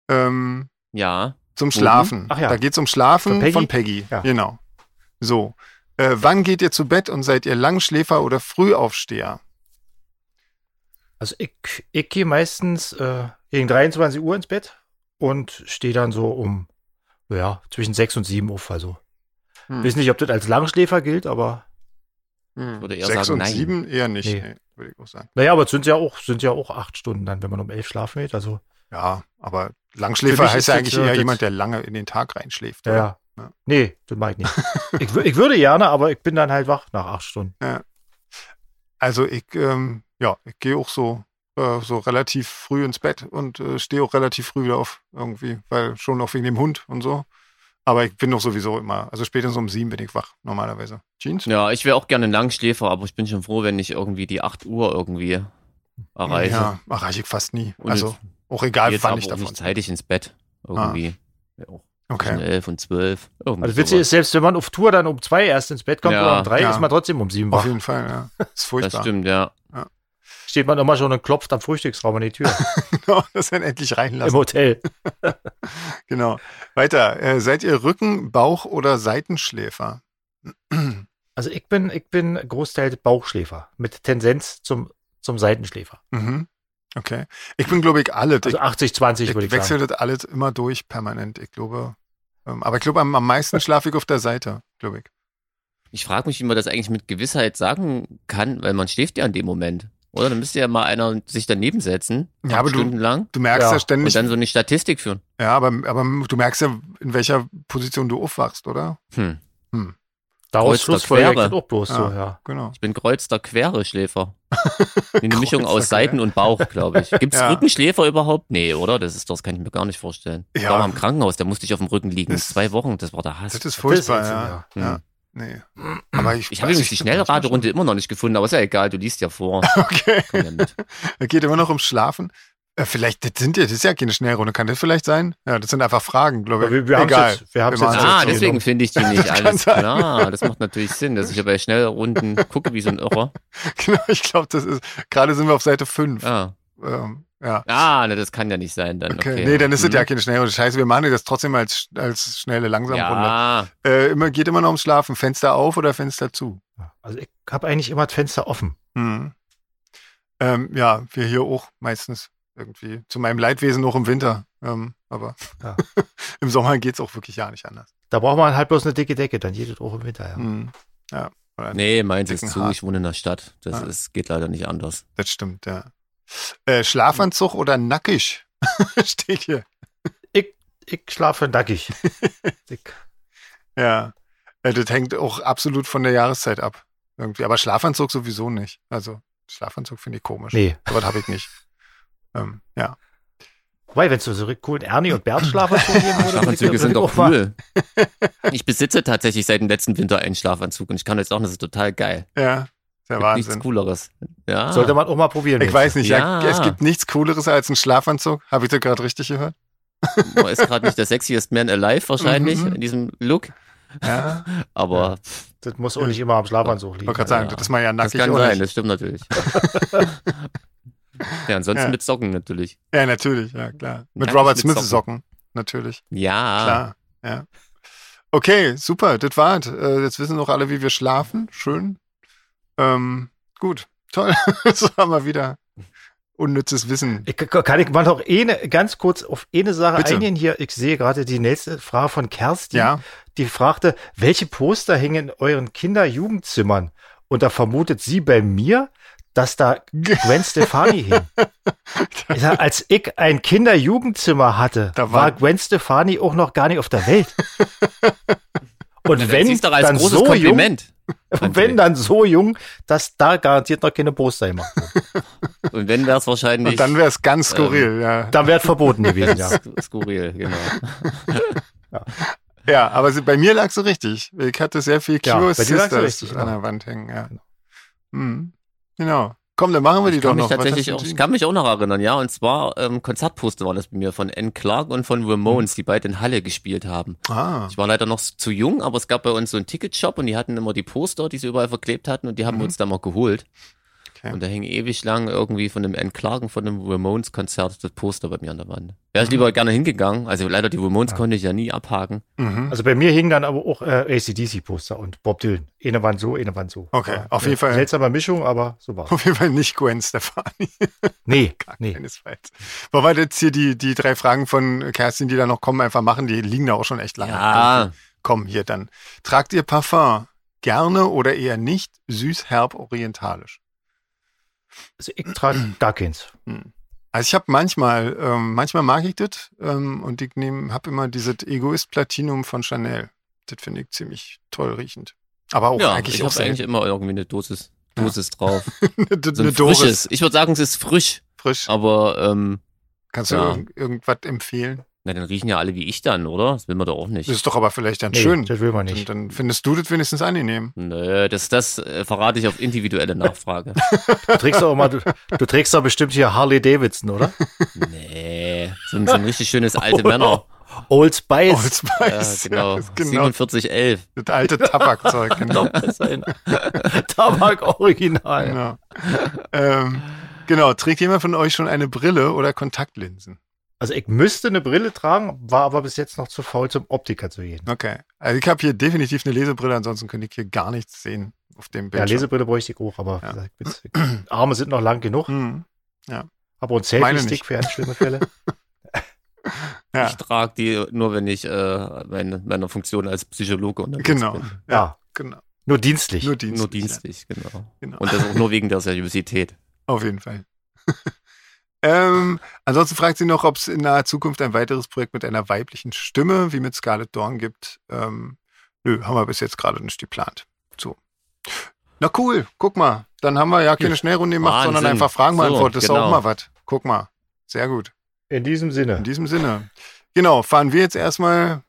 Ja. Zum Schlafen. Ach ja. Da geht's um Schlafen von Peggy. Ja. Genau. So. Wann geht ihr zu Bett und seid ihr Langschläfer oder Frühaufsteher? Also ich gehe meistens gegen 23 Uhr ins Bett und stehe dann so zwischen 6 und 7 auf. Also weiß nicht, ob das als Langschläfer gilt, aber Würde eher 6 sagen, und nein. 7 eher nicht, Nee. würde ich auch sagen. naja, aber es sind ja auch 8 Stunden dann, wenn man um 11 schlafen geht. Also Ja, aber Für Langschläfer mich heißt ist ja das eigentlich so, eher das- jemand, der lange in den Tag reinschläft. ja. oder? Ja. Ja. Nee, das mache ich nicht. Ich würde gerne, aber ich bin dann halt wach nach 8 Stunden. Also ich gehe auch so relativ früh ins Bett und stehe auch relativ früh wieder auf irgendwie, weil schon auch wegen dem Hund und so. Aber ich bin doch sowieso immer, also spätestens um 7 bin ich wach, normalerweise. Jeans? Ja, ich wäre auch gerne ein Langschläfer, aber ich bin schon froh, wenn ich irgendwie die 8 Uhr irgendwie erreiche. Ja, erreiche ich fast nie. Und Also auch egal, jetzt wann aber ich auch davon. nicht zeitig ins Bett. Irgendwie. Ja, auch zwischen Okay. 11 und 12. Irgendwie Also witzig sowas. ist, selbst wenn man auf Tour dann um 2 erst ins Bett kommt Ja. oder um 3, Ja. ist man trotzdem um 7 Auf wach. jeden Fall, ja. Das ist Das furchtbar. stimmt, ja. Steht man immer schon und klopft am Frühstücksraum an die Tür Genau, das dann endlich im reinlassen. Hotel. Genau. Weiter. Seid ihr Rücken-, Bauch- oder Seitenschläfer? Also ich bin Großteil Bauchschläfer mit Tendenz zum Seitenschläfer. Mhm. Okay. Ich bin, glaube ich, alle. Also 80-20 würde Ich ich wechsle sagen. das alles immer durch, permanent. Ich glaube, aber ich glaube, am meisten schlafe ich auf der Seite, glaube ich. Ich frage mich, wie man das eigentlich mit Gewissheit sagen kann, weil man schläft ja in dem Moment. Oder? Dann müsste ja mal einer sich daneben setzen, Ja, aber 8 Stunden lang, Du merkst ja, Ja, und ständig, dann so eine Statistik führen. ja, aber du merkst ja, in welcher Position du aufwachst, oder? Hm. Daraus Kreuz der schlussfolgert Quere. das auch bloß so, ja. Genau. Ich bin Kreuz der Quere Schläfer. Eine Mischung Kreuz aus der Seiten und Bauch, glaube ich. Gibt es Ja. Rückenschläfer überhaupt? Nee, oder? Das kann ich mir gar nicht vorstellen. Ich Ja. war mal im Krankenhaus, da musste ich auf dem Rücken liegen. Das- 2 Wochen, das war der Hass. Das ist furchtbar, Das ist ja. ätzend, Ja. Hm. Nee. Aber ich Ich habe übrigens die Schnellraderunde immer noch nicht gefunden, aber ist ja egal, du liest ja vor. Okay. Komm ja mit. Es geht immer noch ums Schlafen. Vielleicht, das ist ja keine Schnellrunde. Kann das vielleicht sein? Ja, das sind einfach Fragen, glaube ich. Wir haben's Egal. jetzt- wir haben's Wir jetzt- machen's Ah, so. deswegen finde ich die nicht. kann Alles sein. klar, das macht natürlich Sinn, dass ich ja bei Schnellrunden gucke wie so ein Irrer. Genau, ich glaube, das ist, gerade sind wir auf Seite 5. Ah, Ja. ne, das kann ja nicht sein dann. Okay. Okay. Nee, dann ist es Hm. ja keine Schnellrunde. Scheiße, wir machen das trotzdem als schnelle Langsamrunde. Ja, Geht immer noch ums Schlafen. Fenster auf oder Fenster zu? Also ich habe eigentlich immer das Fenster offen. Mhm. Ja, wir hier auch meistens irgendwie. Zu meinem Leidwesen auch im Winter. Aber Ja. im Sommer geht's auch wirklich gar nicht anders. Da braucht man halt bloß eine dicke Decke, dann geht es auch im Winter, ja. Mhm. Ja. Oder- nee, meins ist Dicken zu, Haar. ich wohne in der Stadt. Das Ah. geht leider nicht anders. Das stimmt, ja. Schlafanzug oder nackig? Steht hier. Ich schlafe nackig. Ja. Das hängt auch absolut von der Jahreszeit ab. Irgendwie. Aber Schlafanzug sowieso nicht. Also Schlafanzug finde ich komisch. Nee. Aber das habe ich nicht. Ja. Wobei, wenn es so coolen Ernie und Bert Schlafanzug geben würde, Schlafanzüge sind doch auch mal- cool. Ich besitze tatsächlich seit dem letzten Winter einen Schlafanzug und ich kann jetzt auch, das ist total geil. Ja. Ist ja Gibt nichts Wahnsinn. Cooleres. Ja. Sollte man auch mal probieren. Ich weiß nicht, ja. Ja. Es gibt nichts Cooleres als ein Schlafanzug. Habe ich das gerade richtig gehört? Man ist gerade nicht der sexiest man alive wahrscheinlich Mhm. in diesem Look. Ja. Aber Das muss auch nicht immer am Schlafanzug Ich liegen. wollte gerade sagen, Ja. das ist man ja das nackig kann auch sein, nicht. das stimmt natürlich. Ja, ansonsten Ja. mit Socken natürlich. Ja, natürlich, ja, klar. Mit Nackig Robert mit Smith Socken. Socken, natürlich. Ja. Klar, ja. Okay, super, das war's. Jetzt wissen noch alle, wie wir schlafen. Schön. Gut, toll. So haben wir wieder unnützes Wissen. Kann ich mal noch ganz kurz auf eine Sache Bitte. eingehen hier? Ich sehe gerade die nächste Frage von Kerstin. Ja, Die fragte, welche Poster hängen in euren Kinder-Jugendzimmern? Und da vermutet sie bei mir, dass da Gwen Stefani hing. Ich sag, als ich ein Kinder-Jugendzimmer hatte, Da war war- Gwen Stefani auch noch gar nicht auf der Welt. Und Das wenn siehst du doch als dann großes so jung, Kompliment. wenn dann so jung, dass da garantiert noch keine Poster gemacht wurden. Und wenn wäre es wahrscheinlich und dann wäre es ganz skurril, ja. Dann wäre es verboten gewesen, ja. skurril, genau. Ja, aber bei mir lag so richtig. Ich hatte sehr viel Ja, Cure bei dir lag's so Sisters richtig, an genau. der Wand hängen, ja. Genau. Genau. Komm, dann machen wir die doch noch. Ich kann mich auch noch erinnern, ja. Und zwar Konzertposter waren das bei mir von Ann Clark und von Ramones, die beide in Halle gespielt haben. Ich war leider noch zu jung, aber es gab bei uns so einen Ticketshop und die hatten immer die Poster, die sie überall verklebt hatten und die haben wir uns dann mal geholt. Okay. Und da hing ewig lang irgendwie von dem Ann Clark und von dem Ramones-Konzert das Poster bei mir an der Wand. Wäre ich lieber gerne hingegangen. Also leider die Ramones konnte ich ja nie abhaken. Also bei mir hingen dann aber auch AC/DC-Poster und Bob Dylan. Eine Wand so, eine Wand so. Okay, auf jeden Fall. Seltsame Mischung, aber so war es. Auf jeden Fall nicht Gwen Stefani. Nee, keinesfalls. Wollen wir jetzt hier die 3 Fragen von Kerstin, die da noch kommen, einfach machen? Die liegen da auch schon echt lange. Ja. Komm, hier dann. Tragt ihr Parfum gerne oder eher nicht süß, herb, orientalisch? Also ich trage gar keins. Also ich habe manchmal mag ich das und ich habe immer dieses Egoist-Platinum von Chanel. Das finde ich ziemlich toll riechend. Aber auch eigentlich auch eigentlich immer irgendwie eine Dosis drauf. So eine Dosis. Ich würde sagen, es ist frisch. Aber kannst du irgendwas empfehlen? Na, dann riechen ja alle wie ich dann, oder? Das will man doch auch nicht. Das ist doch aber vielleicht dann schön. Das will man nicht. Und dann findest du das wenigstens angenehm. Nö, das verrate ich auf individuelle Nachfrage. Du trägst doch bestimmt hier Harley Davidson, oder? Nee, so ein richtig schönes alte Männer. Old Spice. Old Spice. Ja, genau. 4711. Das alte Tabakzeug, genau. Tabak-Original. Genau. Trägt jemand von euch schon eine Brille oder Kontaktlinsen? Also ich müsste eine Brille tragen, war aber bis jetzt noch zu faul, zum Optiker zu gehen. Okay. Also ich habe hier definitiv eine Lesebrille, ansonsten könnte ich hier gar nichts sehen auf dem Bildschirm. Ja, Lesebrille bräuchte ich auch, aber Arme sind noch lang genug. Ja. Aber ein Selfie-Stick für schlimme Fälle. Ja. Ich trage die nur, wenn ich meiner Funktion als Psychologe unterwegs bin. Ja, genau. Nur dienstlich. Nur dienstlich, genau. Und das auch nur wegen der Seriosität. Auf jeden Fall. Ansonsten fragt sie noch, ob es in naher Zukunft ein weiteres Projekt mit einer weiblichen Stimme wie mit Scarlett Dawn gibt. Nö, haben wir bis jetzt gerade nicht geplant. So. Na cool, guck mal. Dann haben wir ja keine Schnellrunde gemacht, sondern einfach Fragen beantwortet. Das ist auch mal was. Guck mal. Sehr gut. In diesem Sinne. Genau, fahren wir jetzt erstmal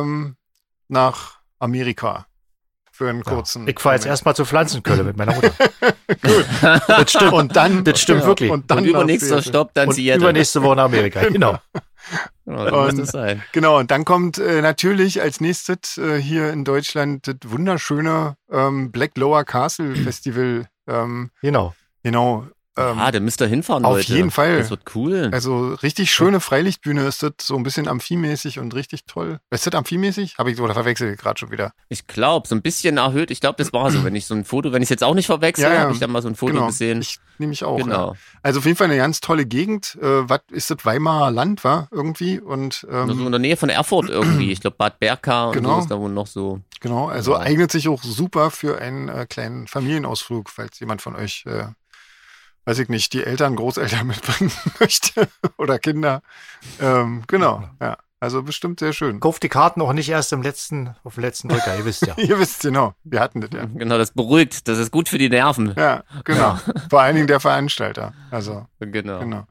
nach Amerika. Für einen kurzen. Ich fahre jetzt erstmal zur Pflanzenkölle mit meiner Mutter. Gut. Das stimmt. Und dann, das stimmt wirklich. Und übernächster Stopp dann Seattle. Übernächste Woche nach Amerika. Genau. Muss das sein. Genau. Und dann kommt natürlich als nächstes hier in Deutschland das wunderschöne Black Lower Castle Festival. Genau. Da müsst ihr hinfahren, Auf Leute. jeden Fall. Das wird cool. Also richtig schöne Freilichtbühne ist das, so ein bisschen amphimäßig und richtig toll. Ist das amphimäßig? Oder verwechsel ich gerade schon wieder? Ich glaube, so ein bisschen erhöht. Ich glaube, das war so, wenn ich es jetzt auch nicht verwechsel, habe ich dann mal so ein Foto gesehen. Ich nehme mich auch. Genau. Ja. Also auf jeden Fall eine ganz tolle Gegend. Was ist das? Weimarer Land, war irgendwie? Und so in der Nähe von Erfurt irgendwie. Ich glaube, Bad Berka und so ist da wohl noch so. Genau, also eignet sich auch super für einen kleinen Familienausflug, falls jemand von euch weiß ich nicht, die Eltern, Großeltern mitbringen möchte oder Kinder. Genau, ja. Also bestimmt sehr schön. Kauft die Karten auch nicht erst auf dem letzten Drücker, ihr wisst ja. Ihr wisst genau, wir hatten das ja. Genau, das beruhigt, das ist gut für die Nerven. Ja, genau. Vor allen Dingen der Veranstalter. Also, genau.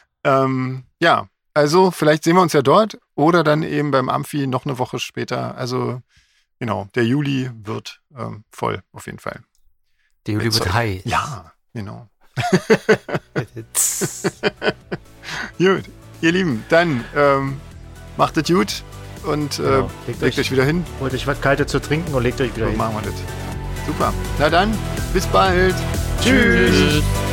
Ja, also vielleicht sehen wir uns ja dort oder dann eben beim Amphi noch eine Woche später. Also genau, der Juli wird voll, auf jeden Fall. Der Juli wird heiß. Ja, genau. Gut, ihr Lieben, dann macht es gut und legt euch wieder hin. Holt euch was Kaltes zu trinken und legt euch wieder hin. Machen wir das. Super. Na dann, bis bald. Tschüss.